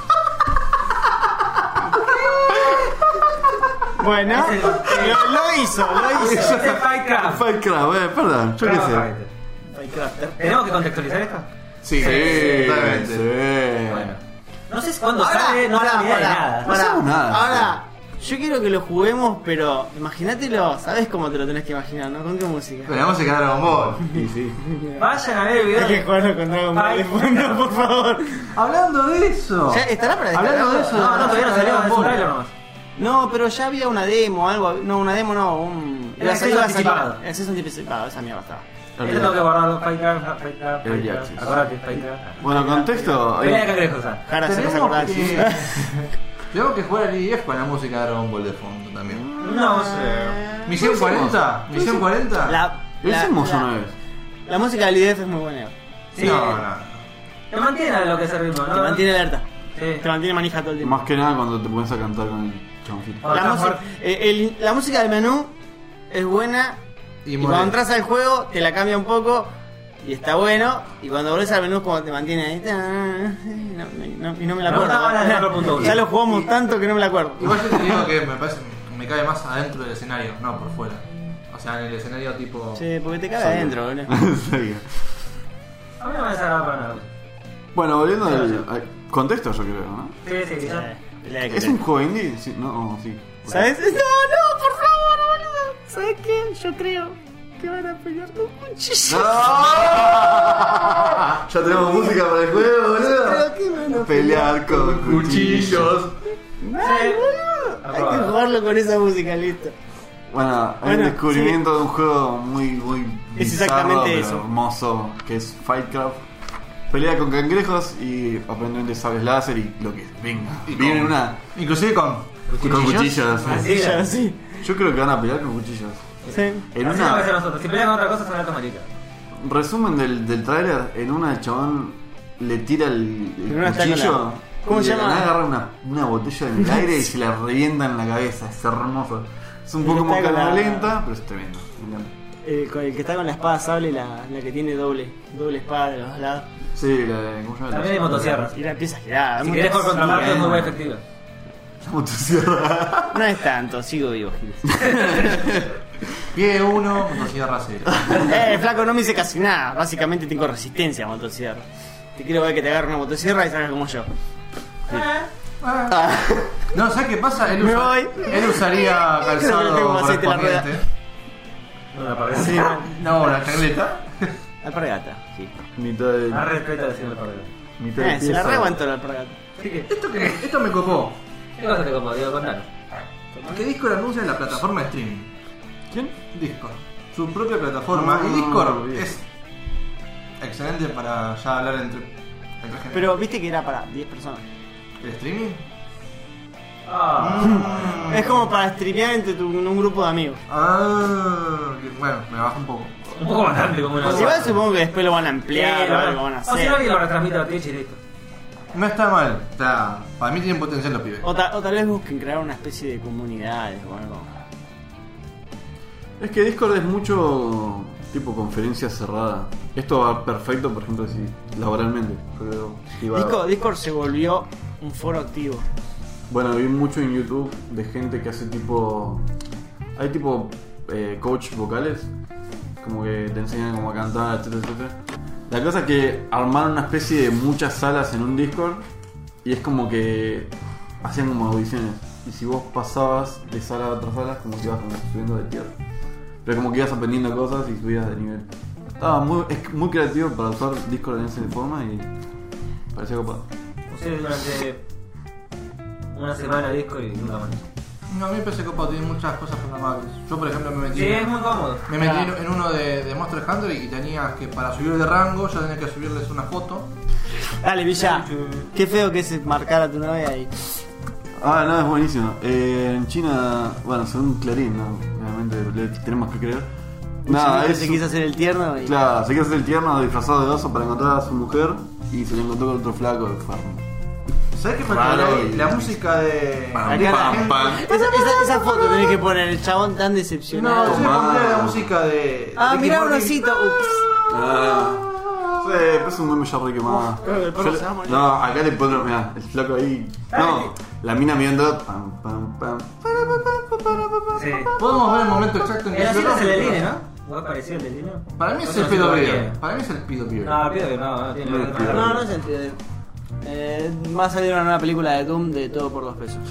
Bueno, Es el- lo hizo. Ese es Fight Craft. Fight Crab, perdón, yo qué Craft sé. Fighter. ¿Tenemos que contextualizar esto? Sí, totalmente. Sí. Bueno. No sé cuándo sale, no tengo idea de nada. No hacemos nada. Ahora, yo quiero que lo juguemos, pero imagínatelo, ¿sabes cómo te lo tenés que imaginar, no? ¿Con qué música? Pero la música de Dragon Ball. Sí, sí. Vayan a ver el video. Hay que jugarlo con Dragon Ball de fondo, por favor. Hablando de eso. ¿Ya estará para descargar? Hablando de eso. No, todavía no salió, es un trailer nomás. No, pero ya había una demo, algo. No, una demo no, un. El acceso anticipado. El acceso anticipado, esa mierda estaba. Yo tengo que guardarlo, Fight Craft, Fight Craft, Early Fight Craft. access. Acordate, Fight Craft. Bueno, contexto. Pelea de cangrejos, Jara se vas a Tenemos acordar. que, tenemos que jugar al IDF con la música de Dragon Ball de fondo también. No sé. Misión 40. Misión 40. Lo hicimos una vez. La música del IDF es muy buena. Sí. No. Te mantiene a lo que es el ritmo, ¿no? Te mantiene alerta. Sí. Te mantiene manija todo el tiempo. Más que nada cuando te pones a cantar con el chaboncito. La, la música del menú es buena. Y cuando entras al juego te la cambia un poco y está bueno. Y cuando volvés al menú como te mantiene ahí. Y no me la Me acuerdo. gustaba la de 4.1. Ya lo jugamos tanto que no me la acuerdo. Igual yo te digo que me parece que me cabe más adentro del escenario, no por fuera. O sea, en el escenario tipo. Sí, porque te cae adentro, boludo. En serio. A mí no me desagrada para nada. Bueno, volviendo al contexto, yo creo, ¿no? Sí, sí, ya. ¿Es un juego indie? Sí, no, sí. ¿Sabes? No, por favor, boludo. ¿Sabes qué? Yo creo que van a pelear con cuchillos. Ya tenemos música para el juego, boludo. Creo que van a Pelear con cuchillos. Ay, boludo. Hay que jugarlo con esa música, listo. Bueno, hay Bueno, un descubrimiento de un juego muy Es bizarro, exactamente pero eso. hermoso, que es Fightcraft. Pelea con cangrejos y aparentemente sabes láser y lo que venga. Y Viene con- una Inclusive con cuchillos. Así Ya, es. sí. Yo creo que van a pelear con cuchillos. Sí. En Así lo que hacen una nosotros. Si pelean con otra cosa, son altos maricas. resumen del tráiler, en una el chabón le tira el En una está con cuchillo. la- ¿Cómo y se de la llama? nada agarra una botella en el aire y se la revienta en la cabeza. Es hermoso. Es un poco Está como con la- lenta, pero es tremendo. Me encanta. El que está con la espada sable, la que tiene doble espada de los dos lados. Sí, la de. ¿Cómo se llama? También hay motosierras. Y la empieza a girar. Si querés por contraparte es muy efectiva. La motosierra. No es tanto, sigo vivo, Gil. Pie 1, motosierra 0. Flaco, no me hice casi nada. Básicamente tengo resistencia a motosierra. Te quiero ver que te agarre una motosierra y salgas como yo. No, ¿sabes qué pasa? Él, Me voy. él usaría Creo que le tengo calzado aceite en la rueda. correspondiente. No la pagué. Sí, No, una chancleta. alpargata, sí. Mitad de. Más respeto decirme el pagué. Mitad de Se la pieza. reaguantó la alpargata. Así que, Esto me copó. ¿qué cosa te como? Digo, contanos. Que Discord anuncia la plataforma de streaming. ¿Quién? Discord. Su propia plataforma. Y Discord bien. es excelente para ya hablar entre gente. Pero viste que era para 10 personas. ¿El streaming? Es como para streamear entre un grupo de amigos. Bueno, me baja un poco. Un poco más amplio como una Igual supongo que después lo van a ampliar o algo van a O si no, hacer. alguien lo retransmite a Twitch y listo. No está mal. O sea, para mí tienen potencial los pibes. O tal vez busquen crear una especie de comunidades o algo. Es que Discord es mucho tipo conferencia cerrada. Esto va perfecto, por ejemplo, si laboralmente. Pero si va- Discord se volvió un foro activo. Bueno, vi mucho en YouTube de gente que hace tipo. Hay tipo coach vocales, como que te enseñan cómo a cantar, etcétera, etcétera. La cosa es que armaron una especie de muchas salas en un Discord y es como que hacían como audiciones. Y si vos pasabas de sala a otra sala, como que ibas como subiendo de tierra. Pero como que ibas aprendiendo cosas y subías de nivel. Es muy creativo para usar Discord en esa forma y parecía copado. Ustedes durante una semana disco y nunca más. No, a mí me parece copado, tiene muchas cosas programables. Yo, por ejemplo, me metí, Sí, es muy cómodo. me metí en uno de Monster Hunter y tenías que, para subir de rango, ya tenías que subirles una foto. Dale, Villa. Qué feo que es marcar a tu novia ahí. Ah, no, es buenísimo. En China, bueno, según Clarín, ¿no? Obviamente le tenemos que creer. Nada, Nada, es. se quiso hacer el tierno y... Claro, se quiere hacer el tierno disfrazado de oso para encontrar a su mujer y se lo encontró con otro flaco de farm. ¿Sabes qué me Raro acordé? y- La música de. Acá de la la gente- gente. Esa foto tenés que poner, el chabón tan No, decepcionado. yo me pondría la música de. Ah, Ricky mirá un Morty. osito. Ups. Sí, pero es un meme ya re quemado. creo que el perro Yo se va a morir. No, acá le pongo, mirá, el flaco ahí. No, la mina mirando. Pam, pam, pam. Sí. Podemos ver el momento exacto en que El se así es el de rompe. Line, ¿no? ¿O es parecido el de Line? Para mí es Otro el pido sí lo pibe. tiene. Para mí es el pido pibe. No, pido que no, tiene No, que ver No, no es el tío. Va a salir una nueva película de Doom de todo por 2 pesos.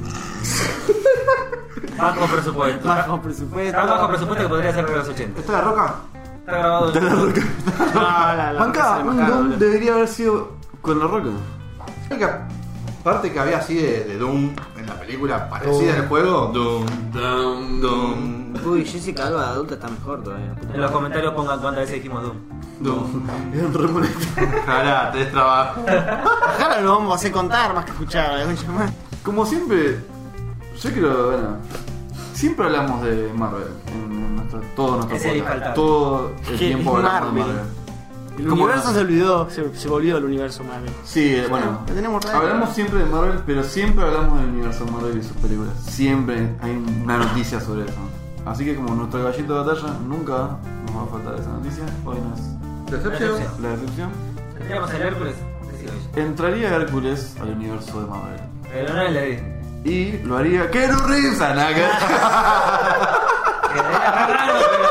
Bajo presupuesto. Bajo presupuesto. Tan bajo presupuesto que podría ser de los 80. ¿Está la roca? Está grabado. No, la Banca, Roca un se le Doom bajaba. debería haber sido con la roca. La única parte que había así de Doom en la película parecida al juego. Doom. Uy, Jessica Alba de adulta está mejor todavía. puta En los comentarios pongan cuántas veces dijimos Doom. Doom. Era un remonete. Ojalá, tenés trabajo. Ahora lo vamos a hacer contar más que escuchar, la concha más. Como siempre, yo creo, bueno, siempre hablamos de Marvel en todo nuestro Ese es infaltable. todo el Que tiempo es hablamos de Marvel. Marvel. El ¿Cómo universo no? se olvidó, se volvió el universo Marvel. Sí, bueno, Lo tenemos re- hablamos siempre de Marvel, pero siempre hablamos del universo Marvel y sus películas. Siempre hay una noticia sobre eso. Así que como nuestro caballito de batalla, nunca nos va a faltar esa noticia. Hoy no es Decepción. la decepción. Tendríamos el Hércules. Decilo ella. Entraría Hércules al universo de Marvel. Pero no es la Disney. Y lo haría Keanu Reeves, Anaka. Quedaría raro, pero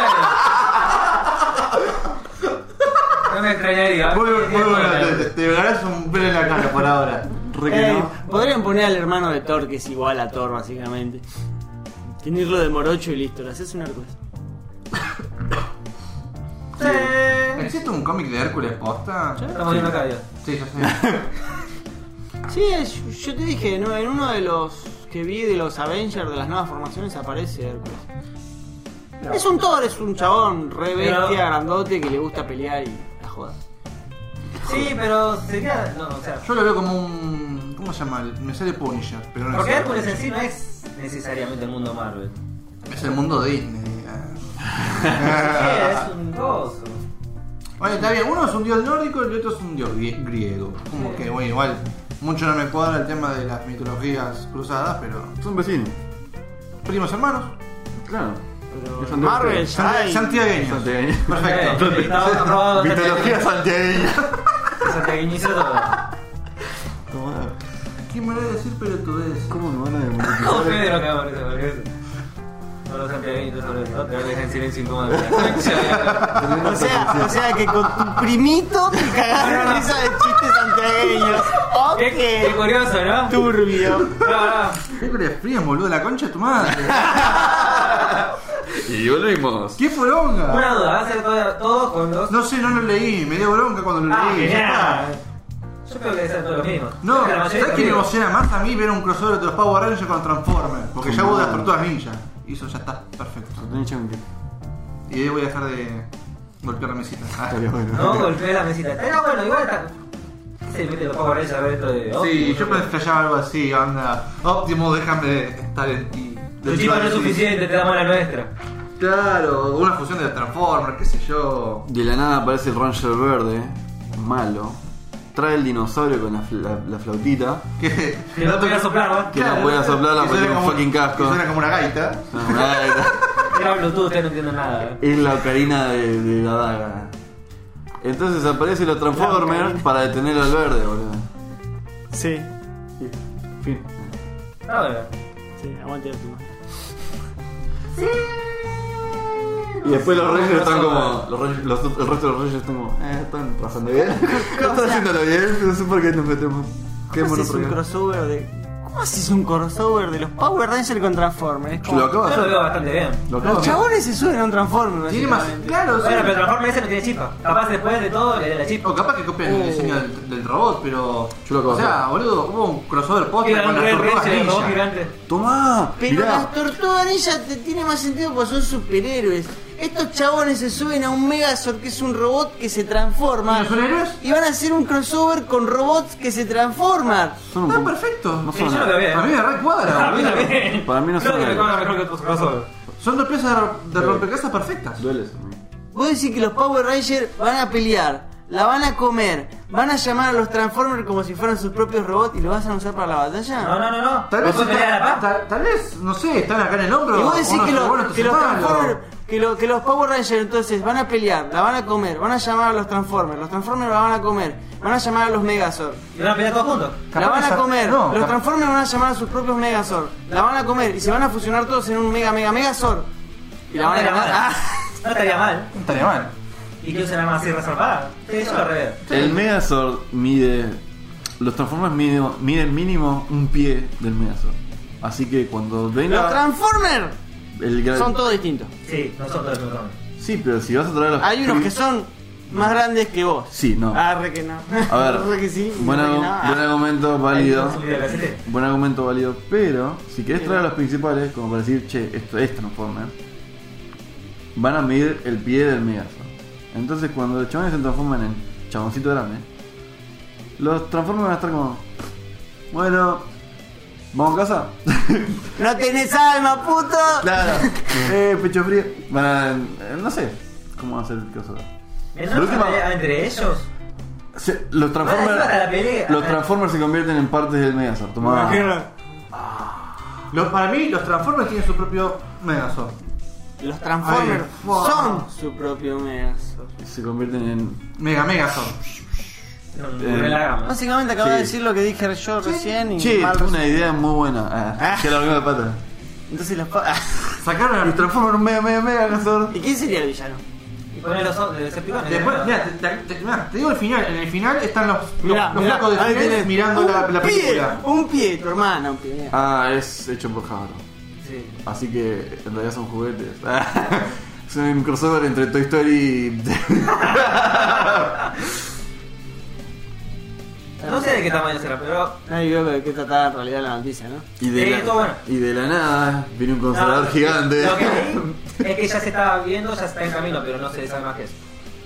bueno. No me extrañaría. Muy bueno, te ganás un pelo en la cara por ahora. Re que no. Podrían poner al hermano de Thor, que es igual a Thor, básicamente. Tenerlo de morocho y listo, le haces un Hércules. ¿Existe un cómic de Hércules posta? Estamos viendo acá, Dios. Sí, yo sé. Sí, yo te dije, ¿no? En uno de los que vi de los Avengers, de las nuevas formaciones, aparece Hércules. Es un Thor, es un chabón re bestia, Pero- grandote, que le gusta pelear y la joda. Sí, pero sería. No, o sea. Yo lo veo como un. ¿Cómo se llama? Me sale Punisher, pero no Porque es. Hércules en sí no es necesariamente el mundo Marvel. Es el mundo Disney. Sí, es un gozo. Bueno, está bien, uno es un dios nórdico y el otro es un dios griego. Como Sí. que, bueno, igual, mucho no me cuadra el tema de las mitologías cruzadas, pero. Son vecinos. primos hermanos. Claro. Pero Marvel ya hay. Santiagueños. Santiagueños. Perfecto. Estaba aprobado Mitología santiagueña. santiagueñizo todo. ¿Quién me va a decir pelotudez? ¿Cómo me van a ¿Cómo demonizar? Pedro que aparece sobre eso? No los santiagueños sobre eso. Te dejan en silencio incómodo. O sea que con tu primito te cagaron risa de chistes santiagueños. Qué Ok. curioso, ¿no? Turbio. No. ¿Qué le frías, boludo? La concha de tu madre. Y volvimos. ¿Qué poronga? Una duda, ¿va a ser todo con los...? No sé, no lo leí. Me dio bronca cuando lo Ah, leí. ya genial. está. Yo creo que deben ser todos los mismos. No, Creo que la mayoría ¿sabes qué me son emociona más a mí ver un crossover de los Power Rangers con Transformers? Porque ya ¿Cómo? hubo de las tortugas ninja. Y eso ya está perfecto. Tenés chance. Y ahí voy a dejar de golpear la mesita. Ah, Estaría bueno. No golpeé la mesita. Estaría bueno, igual está... ¿Qué se mete los Power Rangers dentro de...? Sí, yo flashaba algo así, anda. Óptimo, déjame estar en ti. Tu chico no es suficiente, te damos la nuestra. Claro, una fusión de Transformers, qué sé yo. De la nada aparece el Ranger verde, malo. Trae el dinosaurio con la flautita. Que no podía soplar, ¿no? Que no podía soplar, la que suena metió un como- fucking casco. Que suena como una gaita. Era Bluetooth, ustedes no entienden nada. Es la ocarina de la daga. Entonces aparece los Transformers para detener al verde, boludo. Sí. Fin. Ah, bueno. Sí, aguante Optimus. Y después los Rangers están como. El resto de los Rangers están como. Están trabajando bien. Están haciéndolo bien, no sé por qué nos metemos. Qué ¿Cómo haces un monopolio. crossover de... ¿Cómo haces un crossover de los Power Rangers con Transformers? Es como- Lo acabo de Yo lo hacer. veo bastante bien. Lo acabo Los de hacer. chabones se suben a un Transformer. Tiene más. básicamente. Claro, sí. Bueno, pero Transformers ese no tiene chispa. Capaz después de todo le da la chispa. O capaz que copian el diseño del robot, pero. Yo lo acabo o de sea, boludo, hubo un crossover post Era con un las Red tortugas Ranger, robot ninja. gigante. ¡Tomá! Pero Mirá. las tortugas ninja te tiene más sentido porque son superhéroes. Estos chabones se suben a un Megazord que es un robot que se transforma. ¿Y los superhéroes? Y van a hacer un crossover con robots que se transforman. Son un Está poco- perfecto. No Sí, son yo lo veo bien. A mí me re cuadra, A mí boludo. también. Para mí no Creo son que me héroes. cuadra mejor que tus crossover. Son dos piezas de rompecabezas perfectas. Duele. Vos decís que los Power Rangers van a pelear, la van a comer, van a llamar a los Transformers como si fueran sus propios robots y los van a usar para la batalla. No. Tal vez, ¿Vos peleás a la paz? tal vez, no sé, están acá en el hombro. Y vos decís uno que, es lo- bueno, otro que es los malo. Transformers, que los Power Rangers entonces van a pelear, la van a comer, van a llamar a los Transformers la van a comer, van a llamar a los Megazord, ¿Y van a pelear todos juntos? la Capaz van a esa- comer, no, los capaz- Transformers van a llamar a sus propios Megazord, la van a comer y se van a fusionar todos en un Megazord. Y la van a estaría ganar. mal. No estaría mal. No estaría mal. ¿Y que usen armas así resarpadas? Sí, eso lo reveo. El Megazord mide. Los Transformers miden mínimo un pie del Megazord. Así que cuando Los venga. Transformers El gran- son todos distintos. Sí, no son todos los mismos. Sí, pero si vas a traer los. Hay unos que son más grandes que vos. Sí, no. Arre que no. A ver, Arre que sí. buen, arre que argu- no. buen argumento válido. Válido. Buen argumento válido, pero si querés traer a los principales, como para decir, che, esto es Transformer, van a medir el pie del Megazord. Entonces, cuando los chabones se transforman en chaboncito grande, los Transformers van a estar como, bueno, ¿vamos a casa? No tenés alma, puto. Claro, pecho frío. Van a, no sé, ¿cómo va a ser el caso? ¿Mientras no se pelea entre ellos? Los Van a hacer hasta la Transformers, pelea. los Transformers se convierten en partes del Megazord. Tomá. Para mí, los Transformers tienen su propio Megazord. Los Transformers Ay, fuck. son su propio Megazord. Se convierten en. Megazord. No la gama. Básicamente acabo de Sí. decir lo que dije yo recién y Che, mal fue una resumido. idea muy buena. Que la misma pata. Entonces los Sacaron a Los Transformers Megazord. ¿Y quién sería el villano? Y poner los Decepticons. Después, mira, te digo el final. En el final están los Mirá, flacos de ahí Friends tenés. mirando la película. Un pie, tu hermana, un pie. Ah, es hecho por Hasbro. Sí. Así que en realidad son juguetes. Es un crossover entre Toy Story y. No sé de qué tamaño será, pero. Nadie vio de qué trataba en realidad la noticia, ¿no? Y de, Sí, la, todo bueno. y de la nada viene un consolador No, gigante. Lo que leí es que ya se estaba viendo, ya está en camino, pero no se sabe más que eso.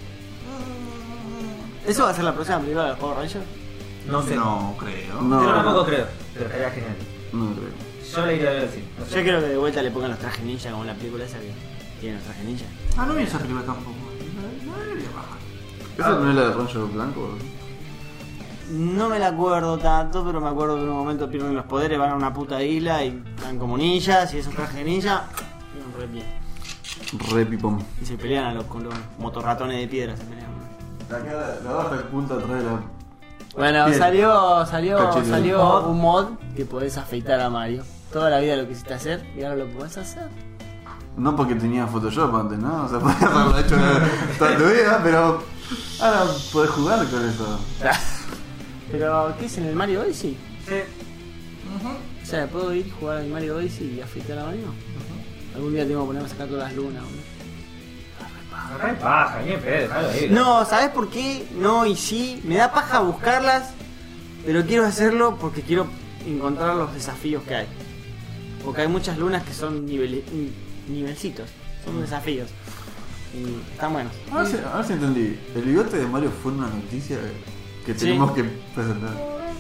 ¿Eso va a ser la próxima película de los Power Rangers? No sé. No creo. No. Yo tampoco creo, pero estaría genial. No creo. Yo le iría a ver así. No Yo sé. creo que de vuelta le pongan los trajes ninja como en la película esa que tiene los trajes ninja. Ah, no vi esa película tampoco. No debería bajar. ¿Esa no es la de Ranger Blanco? No me la acuerdo tanto, pero me acuerdo que en un momento pierden los poderes, van a una puta isla y Están como ninjas y esos trajes de ninja. Iban re bien. Re pipón. Y se pelean con los motorratones de piedra. Se pelean. La baja el punta atrás de la. Bueno, Bien. salió Mod. un mod que podés afeitar a Mario. Toda la vida lo quisiste hacer y ahora lo podés hacer. No porque tenía Photoshop antes, ¿no? O sea, podías haberlo hecho toda tu vida, pero ahora podés jugar con eso. Pero, ¿qué es en el Mario Odyssey? Sí. O sea, ¿puedo ir a jugar al Mario Odyssey y afeitar a Mario? Algún día tengo que ponerme a sacar todas las lunas, boludo. Acá hay paja, ni en pedo, dejalo ahí. No, ¿sabes por qué? No y sí. Me da paja buscarlas, pero quiero hacerlo porque quiero encontrar los desafíos que hay. Porque hay muchas lunas que son nivelcitos, son desafíos. Y están buenos. A ver si entendí. El bigote de Mario fue una noticia que tenemos que presentar.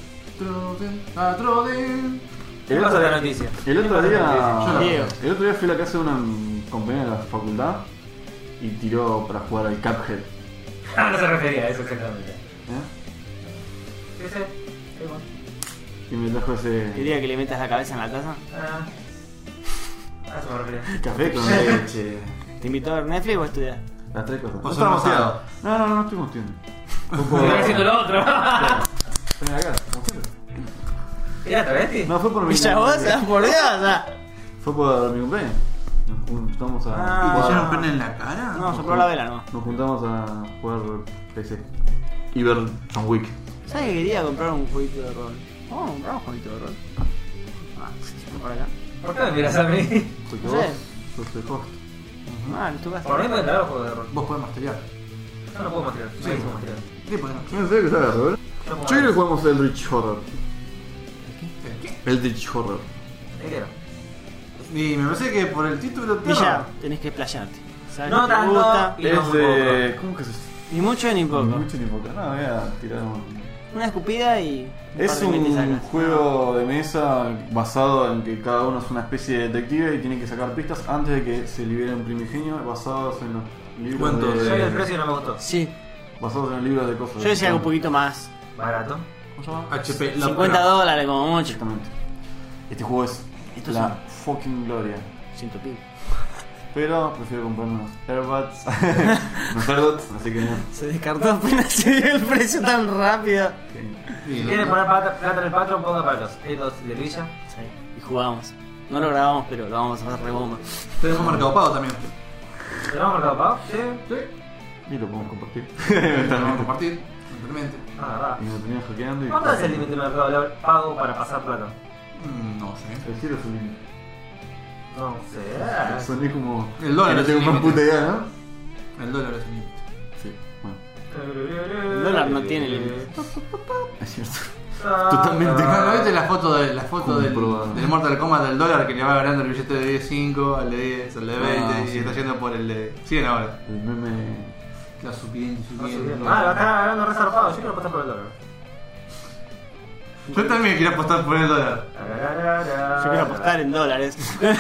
Troden. ¿Qué pasa la noticia? El otro día. Diego. El otro día fui a la casa de una compañera de la facultad y tiró para jugar al Cuphead. Ah, no se refería a eso exactamente. ¿Eh? Sí, sí. Sí, bueno. Y me trajo ese Quería que le metas la cabeza en la taza. A eso me refería. café con leche. ¿Te invitó a ver Netflix o a estudiar? Las tres cosas. Vos sos estábamos demasiado. no estoy mostiendo. Estoy haciendo lo otro. Ven acá, como siempre. ¿Era travesti? No, fue por mi Villa Bosa, por Dios, o sea. Fue por mi cumpleaños. Nos juntamos a. Ah. ¿Te jugar- hicieron pena en la cara? No, sopló la vela, no. Nos juntamos a jugar PC. Y ver John Wick. ¿Sabes que quería comprar un jueguito de rol? Vamos a comprar un jueguito de rol. Ah, sí, por acá. ¿Por qué me miras a mí? Porque No vos sé. sos el host. Ah, en tu casa. Por mí puede entrar los juegos de rol. Vos podés masterear. Yo no puedo mostrar. Sí, puedo mostrar. ¿Qué podés no? No sé qué sabes, Robert. Yo puedo Yo creo que mostrar. jugamos el Rich Horror. ¿Qué? El Rich Horror. ¿Qué quiero? Y me parece que por el título te Villa, tenés que explayarte. ¿Sabes No lo que te tanto. gusta? Y no Es muy de. ¿Cómo que se Ni mucho ni poco. Mucho ni poco. No, voy a tirar un. Una escupida y. Es par de metes un sacas. juego de mesa basado en que cada uno es una especie de detective y tiene que sacar pistas antes de que se libere un primigenio basados en los libros ¿Cuántos? Yo vi el de, precio y no me gustó. Sí, basados en los libros de cosas. yo decía algo un poquito más. Barato. ¿Cómo se llama? HP. $50 como mucho. Exactamente. Este juego es Esto la fucking gloria. 100 pico. Pero prefiero comprarme unos AirBuds. unos AirBuds, así que no. Se descartó apenas se dio el precio tan rápido. Si quieren poner plata en el Patreon, ponga para los Edos de Villa. Sí, y jugamos. No lo grabamos, pero lo vamos a hacer rebomba. Tenemos Mercado Pago también. ¿Te vamos a Mercado Pago? Sí. Y lo podemos compartir. Lo vamos a compartir, simplemente. Ah, verdad. Y me tenía hackeando y. ¿Cuánto es el límite de Mercado Pago para pasar plata? No sé. El cielo es un límite. No sé. Soné como. El dólar que no es tengo el más límite. puta idea, ¿no? El dólar es el límite. Sí, bueno, El dólar no tiene límite. es cierto. Totalmente. ¿No viste la foto, Comprobado. del Mortal Kombat del dólar que le va ganando el billete de 5 al de 10, al de 20 Ah, y sí. está yendo por el de 100 ahora? El meme. La subiendo y subiendo. Ah, lo está ganando resarpado. Yo quiero apostar por el dólar. Yo también quiero apostar por el dólar. Yo quiero apostar en dólares.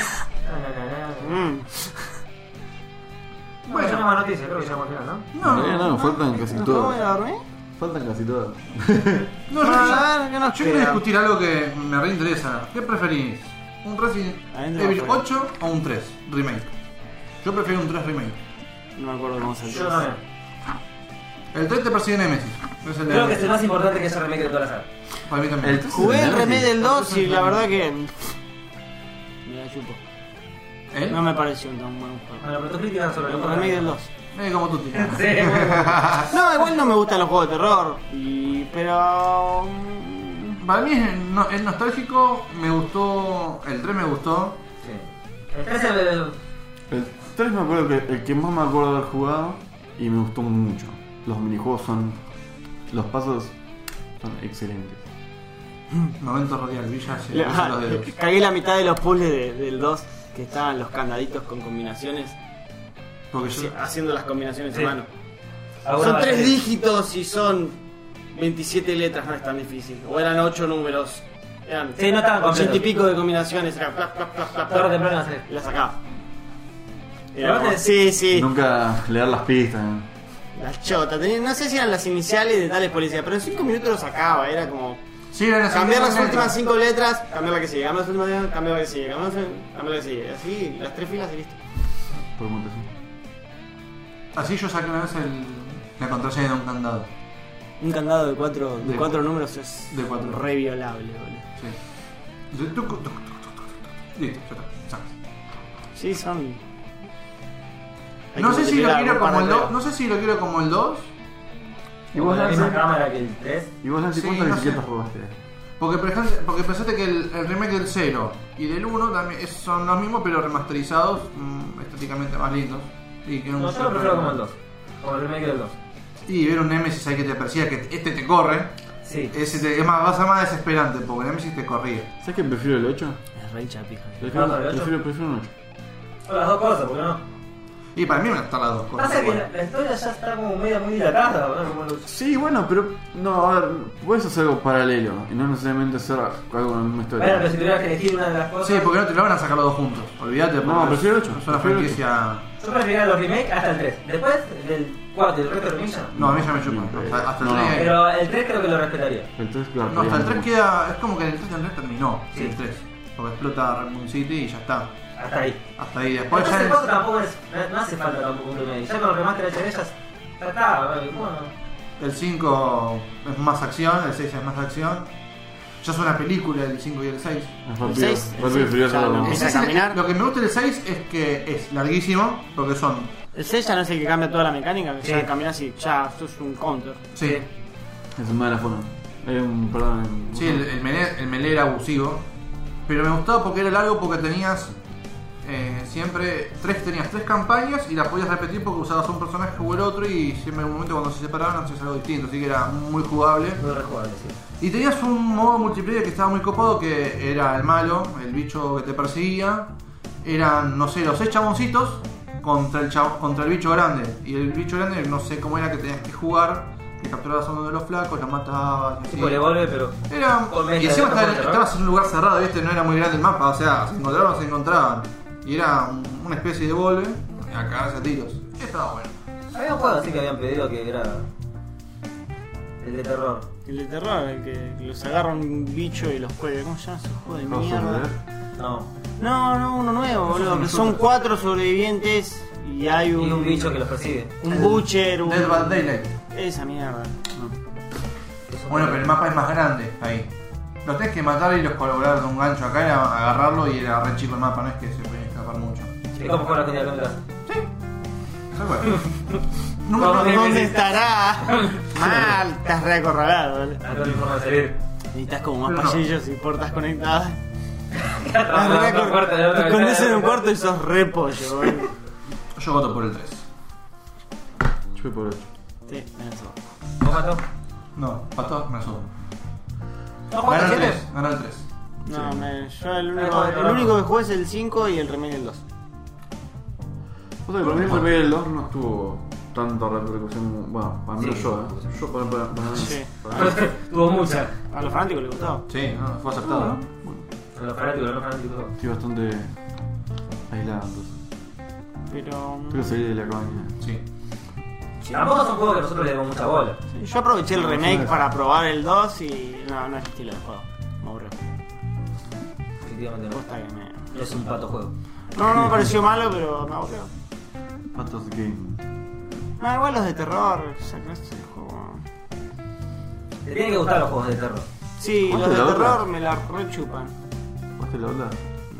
Bueno, ya no hay más noticias, creo que llegamos al final, ¿no? No, faltan casi ¿Nos todas. vamos a ir a dormir? Faltan casi todas. No, A ver, ¿qué nos yo quiero queda? discutir algo que me reinteresa. ¿Qué preferís? ¿Un Resident Adentro o Evil afuera. 8 o un 3 remake? Yo prefiero un 3 remake. No me acuerdo cómo se Yo también. El 3 te persigue Nemesis. Es el Creo de- que es el más importante que ese remake de toda la saga. Para mí también. El 3 Jugué el remake del 2 y la verdad que. Me la chupo. ¿Eh? No me pareció un tan buen juego. Bueno, pero tu crítica sobre El remake del 2. Como tú, tío. Sí. No, igual no me gustan los juegos de terror. Pero. Para mí es nostálgico. Me gustó. El 3 me gustó. Sí. El 3 es el... El 3 me acuerdo que el que más me acuerdo de haber jugado y me gustó mucho. Los minijuegos son. Los pasos son excelentes. Momento radial, Villa se puso los dedos. Cagué la mitad de los puzzles del 2 que estaban los candaditos con combinaciones. Porque yo. Haciendo las combinaciones Sí. a mano. Alguna Son vez- 3 dígitos y son 27 letras, no es tan difícil. O eran 8 números. Eran Sí, no estaban 80 y completos. pico de combinaciones. Era plap, plap, plap, plap, Tarde o plap, temprano hacer. y la sacaba. Pero Era como- antes- sí, sí. Nunca le dar las pistas. Las chotas. No sé si eran las iniciales de tales policías, pero en 5 minutos lo sacaba. Era como. Sí, era esa Cambiar las idea, últimas 5 letras, cambiar la que sigue, cambiar las últimas letras, cambiar la que sigue, cambiar la que sigue. Así, las 3 filas y listo. Por un montón. Así yo saqué una vez la contraseña de un candado. Un candado de 4 De números es de 4. re violable, boludo. Sí. Listo, ya está. Sacas. Sí, son. Hay No que sé si lo multiplicar quiero por como el par de 2. No sé si lo quiero como el 2. ¿Y Con vos, la Nancy? misma cámara que el 3. ¿Y vos, Nancy, Sí, cuántas no bicicletas sé. jugaste? Porque pensaste que el remake del 0 y del 1 también son los mismos, pero remasterizados, estéticamente más lindos. Y que No, yo lo prefiero como el 2. Como el remake del 2. Y ver un Nemesis ahí que te persiga, que este te corre, Sí. es más, va a ser más desesperante, porque el Nemesis te corría. ¿Sabes que prefiero el 8? Es re chapija. Prefiero, No, el 8. prefiero un 8. Son las dos cosas, ¿por qué no? Y para mí me están las dos cosas. Pasa que igual. la historia ya está como media muy dilatada, ¿no? Como los- Sí, bueno, pero no, a ver, puedes hacer algo paralelo y no necesariamente hacer algo con la misma historia. Bueno, pero si tuvieras que elegir una de las cosas. Sí, porque no te lo van a sacar los dos juntos. Olvídate, porque No, prefiero el 8, es una prefiero el franquicia. Yo preferiría los remakes hasta el 3. Después del 4 y el resto de Remilla. No, a mí ya me chupan. Hasta el No. 3. Pero el 3 creo que lo respetaría. El 3, claro. No, hasta el 3 como- queda. Es como que el 3 terminó. Sí. El 3. Porque explota Red Moon City y ya está. Hasta ahí. Hasta ahí. Después Después ya el es. 4 tampoco es. No hace falta tampoco un remake. Ya con el remaster HD ya está. Bueno. El 5 es más acción, el 6 es más acción. Ya es una película el 5 y el 6. Es rápido, El 6, rápido y furioso. ya ¿no? lo empieza a caminar. Lo que me gusta del 6 es que es larguísimo, porque son. El 6 ya no es el que cambia toda la mecánica, que Sí. ya caminas y ya esto es un counter. Sí, Es un mala forma. Perdón. sí el melee era abusivo. Pero me gustaba porque era largo, porque tenías. Tenías 3 campañas y las podías repetir porque usabas un personaje o el otro y siempre en un momento cuando se separaban hacías algo distinto, así que era muy jugable. Muy rejugable, sí. Y tenías un modo multiplayer que estaba muy copado, que era el malo, el bicho que te perseguía. Eran, no sé, los 6 chaboncitos contra el bicho grande. Y el bicho grande no sé cómo era que tenías que jugar, que capturabas a uno de los flacos, los matabas y así. Tipo le vuelve, pero. Era, Con meta y encima de fuerte, ¿no? estabas en un lugar cerrado, ¿viste? No era muy grande el mapa, o sea, se encontraban o se encontraban. Y era una especie de volve a cagarse a tiros. Y estaba bueno. Había un juego así que habían pedido que era. El de terror. El de terror, el que los agarra un bicho y los cuelga. ¿Cómo se llama ese juego de Vamos a mierda? ver. No. No, uno nuevo, boludo. Que son 4 sobrevivientes y hay Y un bicho que los persigue. Un butcher, un. Dead by Daylight. Esa mierda. Bueno, pero el mapa es más grande ahí. Los tenés que matar y los colaborar de un gancho acá y agarrarlo y era re chico el mapa, no es que se puede escapar mucho. ¿Y cómo jugar con la casa? Eso es bueno. Vamos, Nunca- ¿Dónde estará? Mal, estás re acorralado, boludo. Acá no hay forma de salir. Y estás como más Pero no. pasillos y puertas conectadas. Estás Atrapado re en una puerta de otra Te escondes ventana. en un cuarto y sos re pollo, boludo. Yo voto por el 3. Yo voy por 8. Sí, eso. ¿Vos, Pato? No, Pato, me asumo. ¿No Ganó jugaste el 7? 3, ganó el 3. No, Sí. yo el único que jugué es el 5 y el remake del 2. O sea, para mí el remake del 2 no estuvo tanta repercusión. Bueno, para mí Sí. yo, Yo para mí. Sí. para mí. Tuvo mucha. A los fanáticos les gustó. Sí, no, fue aceptado, ¿no? A los fanáticos, a los fanáticos. Estoy bastante aislado entonces. Pero. Quiero salir de la cabaña. Sí. Tampoco son juegos que nosotros le damos mucha bola. Yo aproveché el No, remake no. para probar el 2 y. No, no es el estilo de juego. Me aburrió. Efectivamente Posta que me. no. Es un pato juego. No me pareció malo, pero me aburrió. Patos Game. No, igual los de terror, sacaste el juego. Te tienen que gustar los juegos de terror. Sí, los ¿Jugaste de la otra? terror me la rechupan. ¿Jugaste la otra?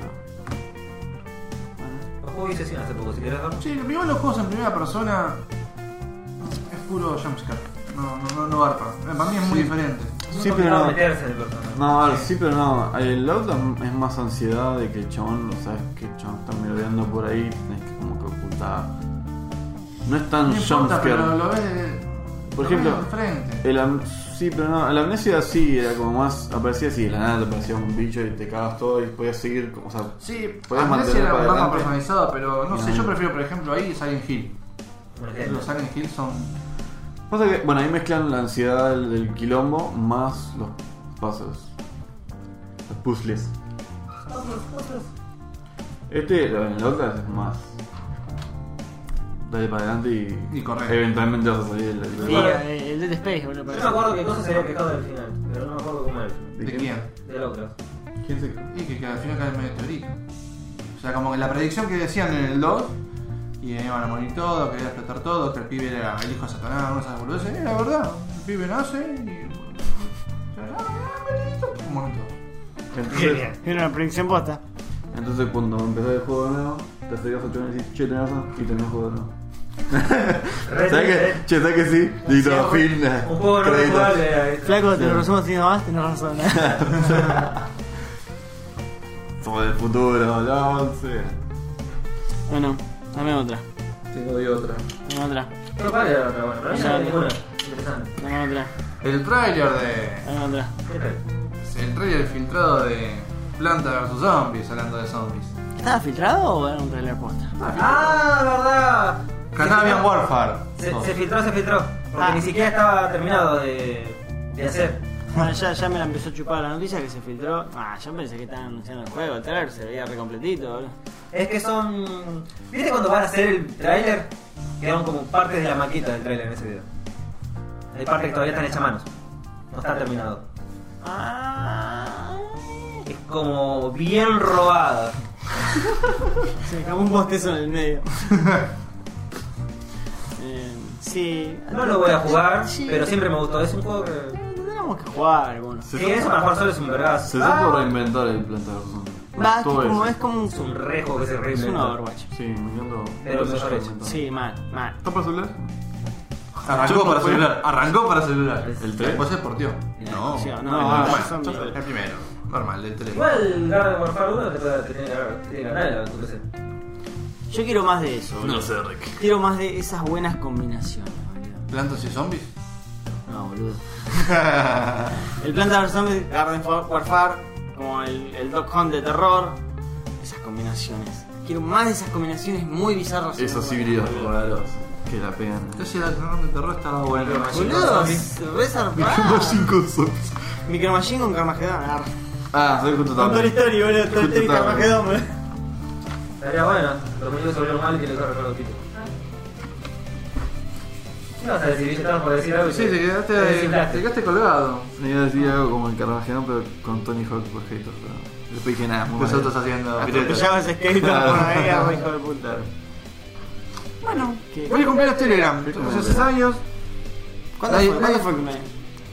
Los juegos hice hace poco, si querés verlo. Sí, igual los juegos en primera persona es puro jumpscare. No garpa. Para mí es muy diferente. Sí, pero no. meterse en el personaje. No, a ver, sí, pero no. La otra es más ansiedad de que el chabón, sabes que el chabón está merodeando por ahí, tenés que como que ocultar. No es tan No importa, pero jumpscare. lo ves Por lo ejemplo, ves de frente. Sí, pero no, la amnesia sí era como más. Aparecía así, de la nada te aparecía un bicho y te cagas todo y podías seguir. O sea, Sí, podés Amnesia mantener era para un mapa adelante. personalizado, pero no sé, No. yo prefiero por ejemplo ahí Silent Hill. Por ejemplo. Los Silent Hill son. pasa que, bueno, ahí mezclan la ansiedad del quilombo más los puzzles. Los puzzles. La otra es más. dale para adelante Y correr. eventualmente vas a salir de la Sí, libertad. el Dead Space, boludo. Yo me acuerdo que cosas se había quejado del final, pero no me acuerdo cómo era. ¿De quién? Del otro. ¿Quién se Y que al final cae medio teórico. O sea, como que la predicción que decían en el 2, y iban a morir todos, que iba a explotar todo, que el pibe era el hijo de Satanás, no esas boludeces, era verdad. El pibe nace y. Mueren todos. Entonces, Era una predicción posta. entonces cuando empezás el juego de nuevo, te acercas a Chabón y decís, che, tenés razón, y terminás el juego de nuevo. ¿Sabes qué? Che, ¿sabes que sí? Listo, fin. Un juego no créditos. jugable. Flaco, te lo resumo así nomás, tenés razón. Somos del futuro, el 11. Bueno, dame otra. Te doy otra. Dame otra. Pero vale, otra, bueno, pero no hay ninguna. Interesante. Dame otra. El tráiler de. Dame otra. ¿Qué tal? El trailer filtrado de Planta vs Zombies, hablando de zombies. ¿Estaba filtrado o era un trailer posta? Ah, verdad. Canadian Warfare. Se filtró. Porque Ah. ni siquiera estaba terminado de hacer. Bueno, ya me la empezó a chupar la noticia que se filtró. Ah, yo pensé que estaban anunciando el juego, el trailer se veía re completito, boludo. Es que son. ¿Viste cuando van a hacer el tráiler? Quedaron como partes de la maqueta del tráiler en ese video. Hay partes que todavía están hechas a manos. No está terminado. Ah. Es como bien robada. Se me acabó un bostezo en el medio. Sí. No lo voy a jugar, Sí. pero siempre me gustó. Es un juego que. Tendríamos que jugar alguno. Sí, eso para jugar solo es un vergazo. Se supo reinventar el Planta vs Zombies. Va, es Todo como, eso. es como Es un re juego que se es un reinventa. Overwatch. Sí, me encantó. Pero Eso mejor ya hecho. reinventó. Sí, mal. ¿Está para celular? Arrancó para celular. ¿El 3? Después se portió. No, Sí, no, bueno, el primero. Normal, del 3. Igual Garden Warfare 1 te tiene que ganar el aventura ese. Yo quiero más de eso, boludo. No sé, Rick. Quiero más de esas buenas combinaciones, boludo. ¿Plantas y zombies? No, boludo. El Planta vs Zombies, Garden Warfare, como el Dog Hunt de terror. Esas combinaciones. Quiero más de esas combinaciones muy bizarras. Esos boludo. híbridos raros que la pegan. Entonces el terror de terror estaba bueno. Boludo, re zarpado. 5 zombies. Micro Machine con Carmageddon, agarra. Ah, soy justo Con Toy también. Story, boludo. Toy Story y Justo Carmageddon, boludo. Estaría bueno. Los muñecos se volvieron mal y tiene que correr los tipos. ¿Qué vas a decir? Estaban por decir algo. y Sí, te desinflaste. quedaste colgado. Me iba a decir algo como el Carvajal, pero con Tony Hawk por haters, pero después dije nada, muy Nosotros mal. haciendo Atropellabas skater por ahí, hijo de puta. Bueno, ¿qué? Feliz cumpleaños Telegram. Hace 6 años. ¿Cuándo Nadie- fue? nadie- ¿Cuándo fue que me.?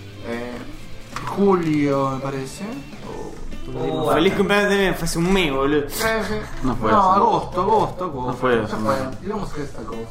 Julio, me parece. Feliz cumpleaños de fue hace un mes, boludo. No fue No, así. agosto. No fue Ya así. Digamos que es agosto.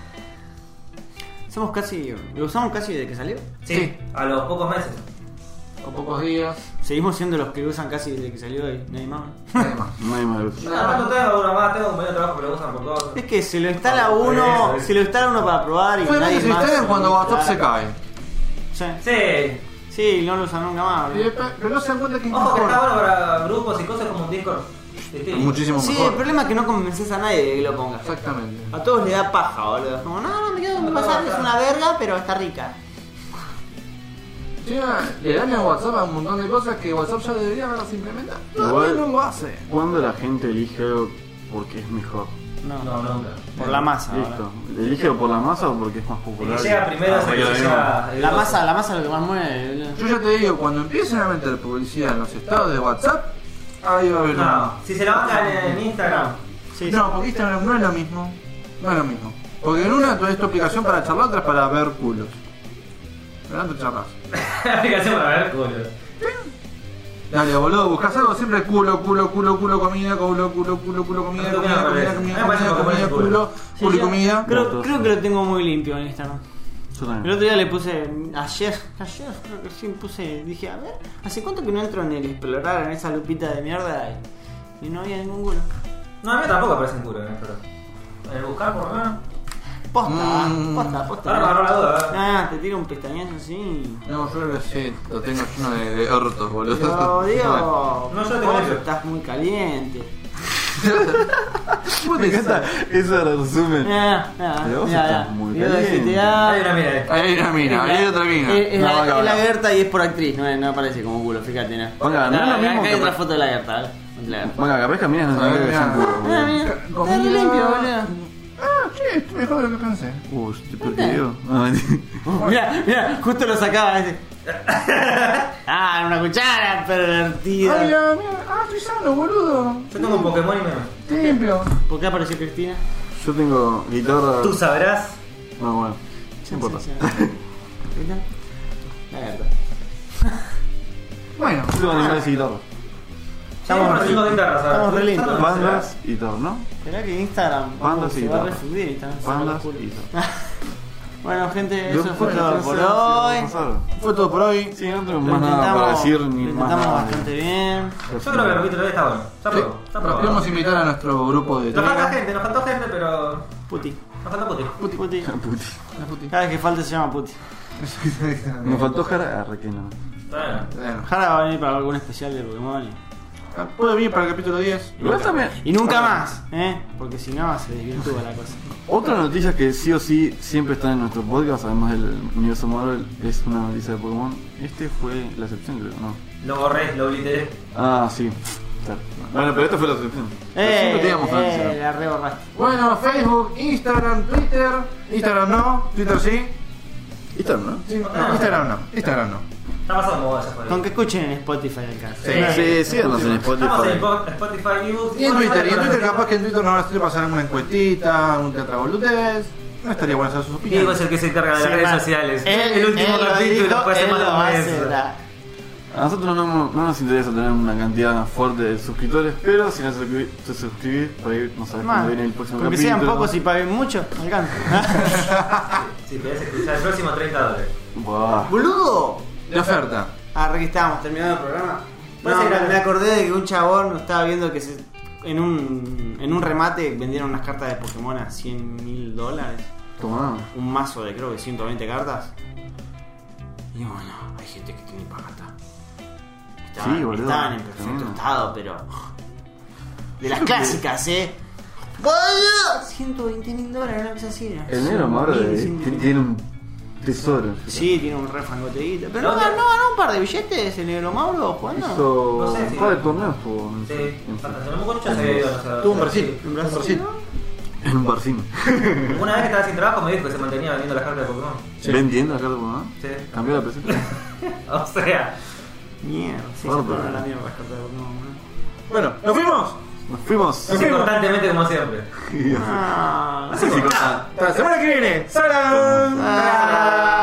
Somos casi. ¿Lo usamos casi desde que salió? Sí, a los pocos meses. Con pocos días. Seguimos siendo los que usan casi desde que salió y nadie más. Nada más. No hay más. No tengo uno más, tengo un medio trabajo que lo usan por todos. Es que se lo instala uno, se lo instala uno para probar y Solamente nadie se más. instalan cuando WhatsApp se cae. Sí, Sí. sí, no lo usan nunca más. boludo. Pero no se dan cuenta que es Ojo que está mejor. bueno para grupos y cosas como un Discord. distinto. Muchísimo Sí, el mejor. problema es que no convences a nadie de que lo ponga. Exactamente. A todos le da paja, boludo. Como, no, me quedo con WhatsApp, es una verga, pero está rica. Sí, le dan a WhatsApp a un montón de cosas que WhatsApp ya debería haberlas implementado. Igual- no lo hace. ¿Cuándo la gente elige algo porque es mejor? No, No, nunca. por la masa. Listo. ¿Elige por la masa o porque es más El popular? que llega primero es el porque que la se misma. lleva el La gozo. masa es lo que más mueve, boludo. Yo ya te digo, cuando empiecen a meter publicidad en los estados de WhatsApp, ahí va a haber No, si se la bancan en Instagram. Sí, No, porque Instagram no es lo mismo. No es lo mismo. Porque en una es tu aplicación para charlar, otra es para ver culos. ¿Verdad? Tú charlas. La aplicación para ver culo. Dale, boludo, buscas algo siempre culo, comida, comida, comida, comida, culo y comida. Creo que lo tengo muy limpio en Instagram. Yo El también. otro día le puse, ayer creo que sí puse, dije, a ver, ¿hace cuánto que no entro en el explorar, en esa lupita de mierda? Y no había ningún culo. No, a mí tampoco aparecen culo en el pero en el buscar por lo menos. Posta, Ahora me posta. agarró la duda. Ah, te tira un pestañazo así. No, yo creo que sí, lo tengo lleno de hortos, boludo. Pero digo, No, yo tengo vos eso. estás muy caliente. Me encanta eso resumen. Pero vos estás muy caliente. Hay una mira. Ahí hay una mina, ahí hay otra mina. Es No, la, acá, es la acá. Gerta y es por actriz, no aparece como culo, fíjate. ¿no? Oiga, no es lo mismo Acá hay que- otra foto de la Gerta, ¿vale? De la Gerta. Bueno, capaz que a mí no se me que son puros. Ah, mira, está re limpio, boludo. Ah, sí, es mejor de lo que pensé. Estoy perdido. Mira, justo lo sacaba ese. Ah, una cuchara pervertida. Ay, mira, estoy sano, boludo. Yo tengo un Pokémon y me. Limpio. ¿Por qué apareció Cristina? Yo tengo guitarra. Tú sabrás. No, bueno. No importa. La verdad. Bueno, Yo tengo animales y guitarra. Estamos haciendo guitarras, ¿sabes? Estamos re lindos. Bandas y guitarra, ¿no? Esperá que Instagram Bandas y se va a guitarra. refundir y están Bandas sacando y culo. guitarra. Bueno, gente, Yo- eso fue bueno, todo entonces, por ¿qué vamos a hoy. pasar? fue todo por hoy. Sí, no tengo Lo más nada para decir lo ni más intentamos nada. bastante bien. Yo creo que el capítulo de hoy está bueno. Está probado. Está Podemos probado. invitar a nuestro grupo de Nos falta Telegram. gente, nos faltó gente, pero. Puti. Nos falta puti. Puti. Puti. Cada vez que falte se llama Puti. Me faltó Jara. Que no. Bueno. Bueno, Jara va a venir para algún especial de Pokémon puede venir para el capítulo 10. Igual también. y nunca más, porque si no se desvirtúa la cosa. Otra noticia que sí o sí siempre está en nuestro podcast, además del universo Marvel, es una noticia de Pokémon. Este fue la excepción, creo, ¿no? Lo borré, lo obliteré. Ah, sí. Claro. Bueno, pero esta fue la excepción. Siempre teníamos noticia. La reborraste. Bueno, Facebook, Instagram, Twitter. Instagram no, Twitter sí. Instagram, ¿no? Sí, no, Instagram no. Instagram no. Está pasando moda esa Con que escuchen en Spotify el caso. Sí, síganos en Estamos en Spotify. Spotify, ebooks. Y en Twitter, capaz que en Twitter nos van a pasar alguna encuestita, un teatro boludez. No estaría bueno hacer sus Diego es opiniones. el que se encarga de las redes sociales. El último él lo capítulo dijo, fue hace él más de lo un mes. hace, A nosotros no nos interesa tener una cantidad fuerte de suscriptores, pero si no te suscribís, por ahí no sabes cuándo viene el próximo Con que capítulo. sean pocos y paguen mucho, alcanza. Si querés escuchar el próximo $30. Buah. ¡Boludo! De oferta. Ah, re que estábamos terminando el programa. Puede No, ser grande. me acordé de que un chabón estaba viendo que en un remate vendieron unas cartas de Pokémon a $100.000. Tomá. Un mazo de creo que 120 cartas. Y bueno, hay gente que tiene pagata. Sí, boludo. Estaban en perfecto Tremendo. estado, pero. De las clásicas, ¡Boludo! $120.000, una cosa así. era. El negro Mauro 1.100.000. tiene un tesoro. Sí, tiene un re fangote de guita. Pero no ¿Dónde? ganó un par de billetes el negro Mauro jugando. Hizo No sé, un sí. par de torneos tuvo. Sí, bastante. No me acuerdo mucho, se había ido, no sé. Tuvo un Brasil. En Brasil. En un barcín. Una vez que estaba sin trabajo me dijo que se mantenía vendiendo las cartas de Pokémon. ¿Vendiendo la carta de Pokémon? Sí. ¿Cambió la PC? O sea, Mierda, sí, se Gordo. fueron a la mierda las cartas de Pokémon. Bueno, ¿nos fuimos? Nos fuimos. así constantemente como siempre. Ah. Así constante. Hasta la semana que viene. ¡Salam! Ah.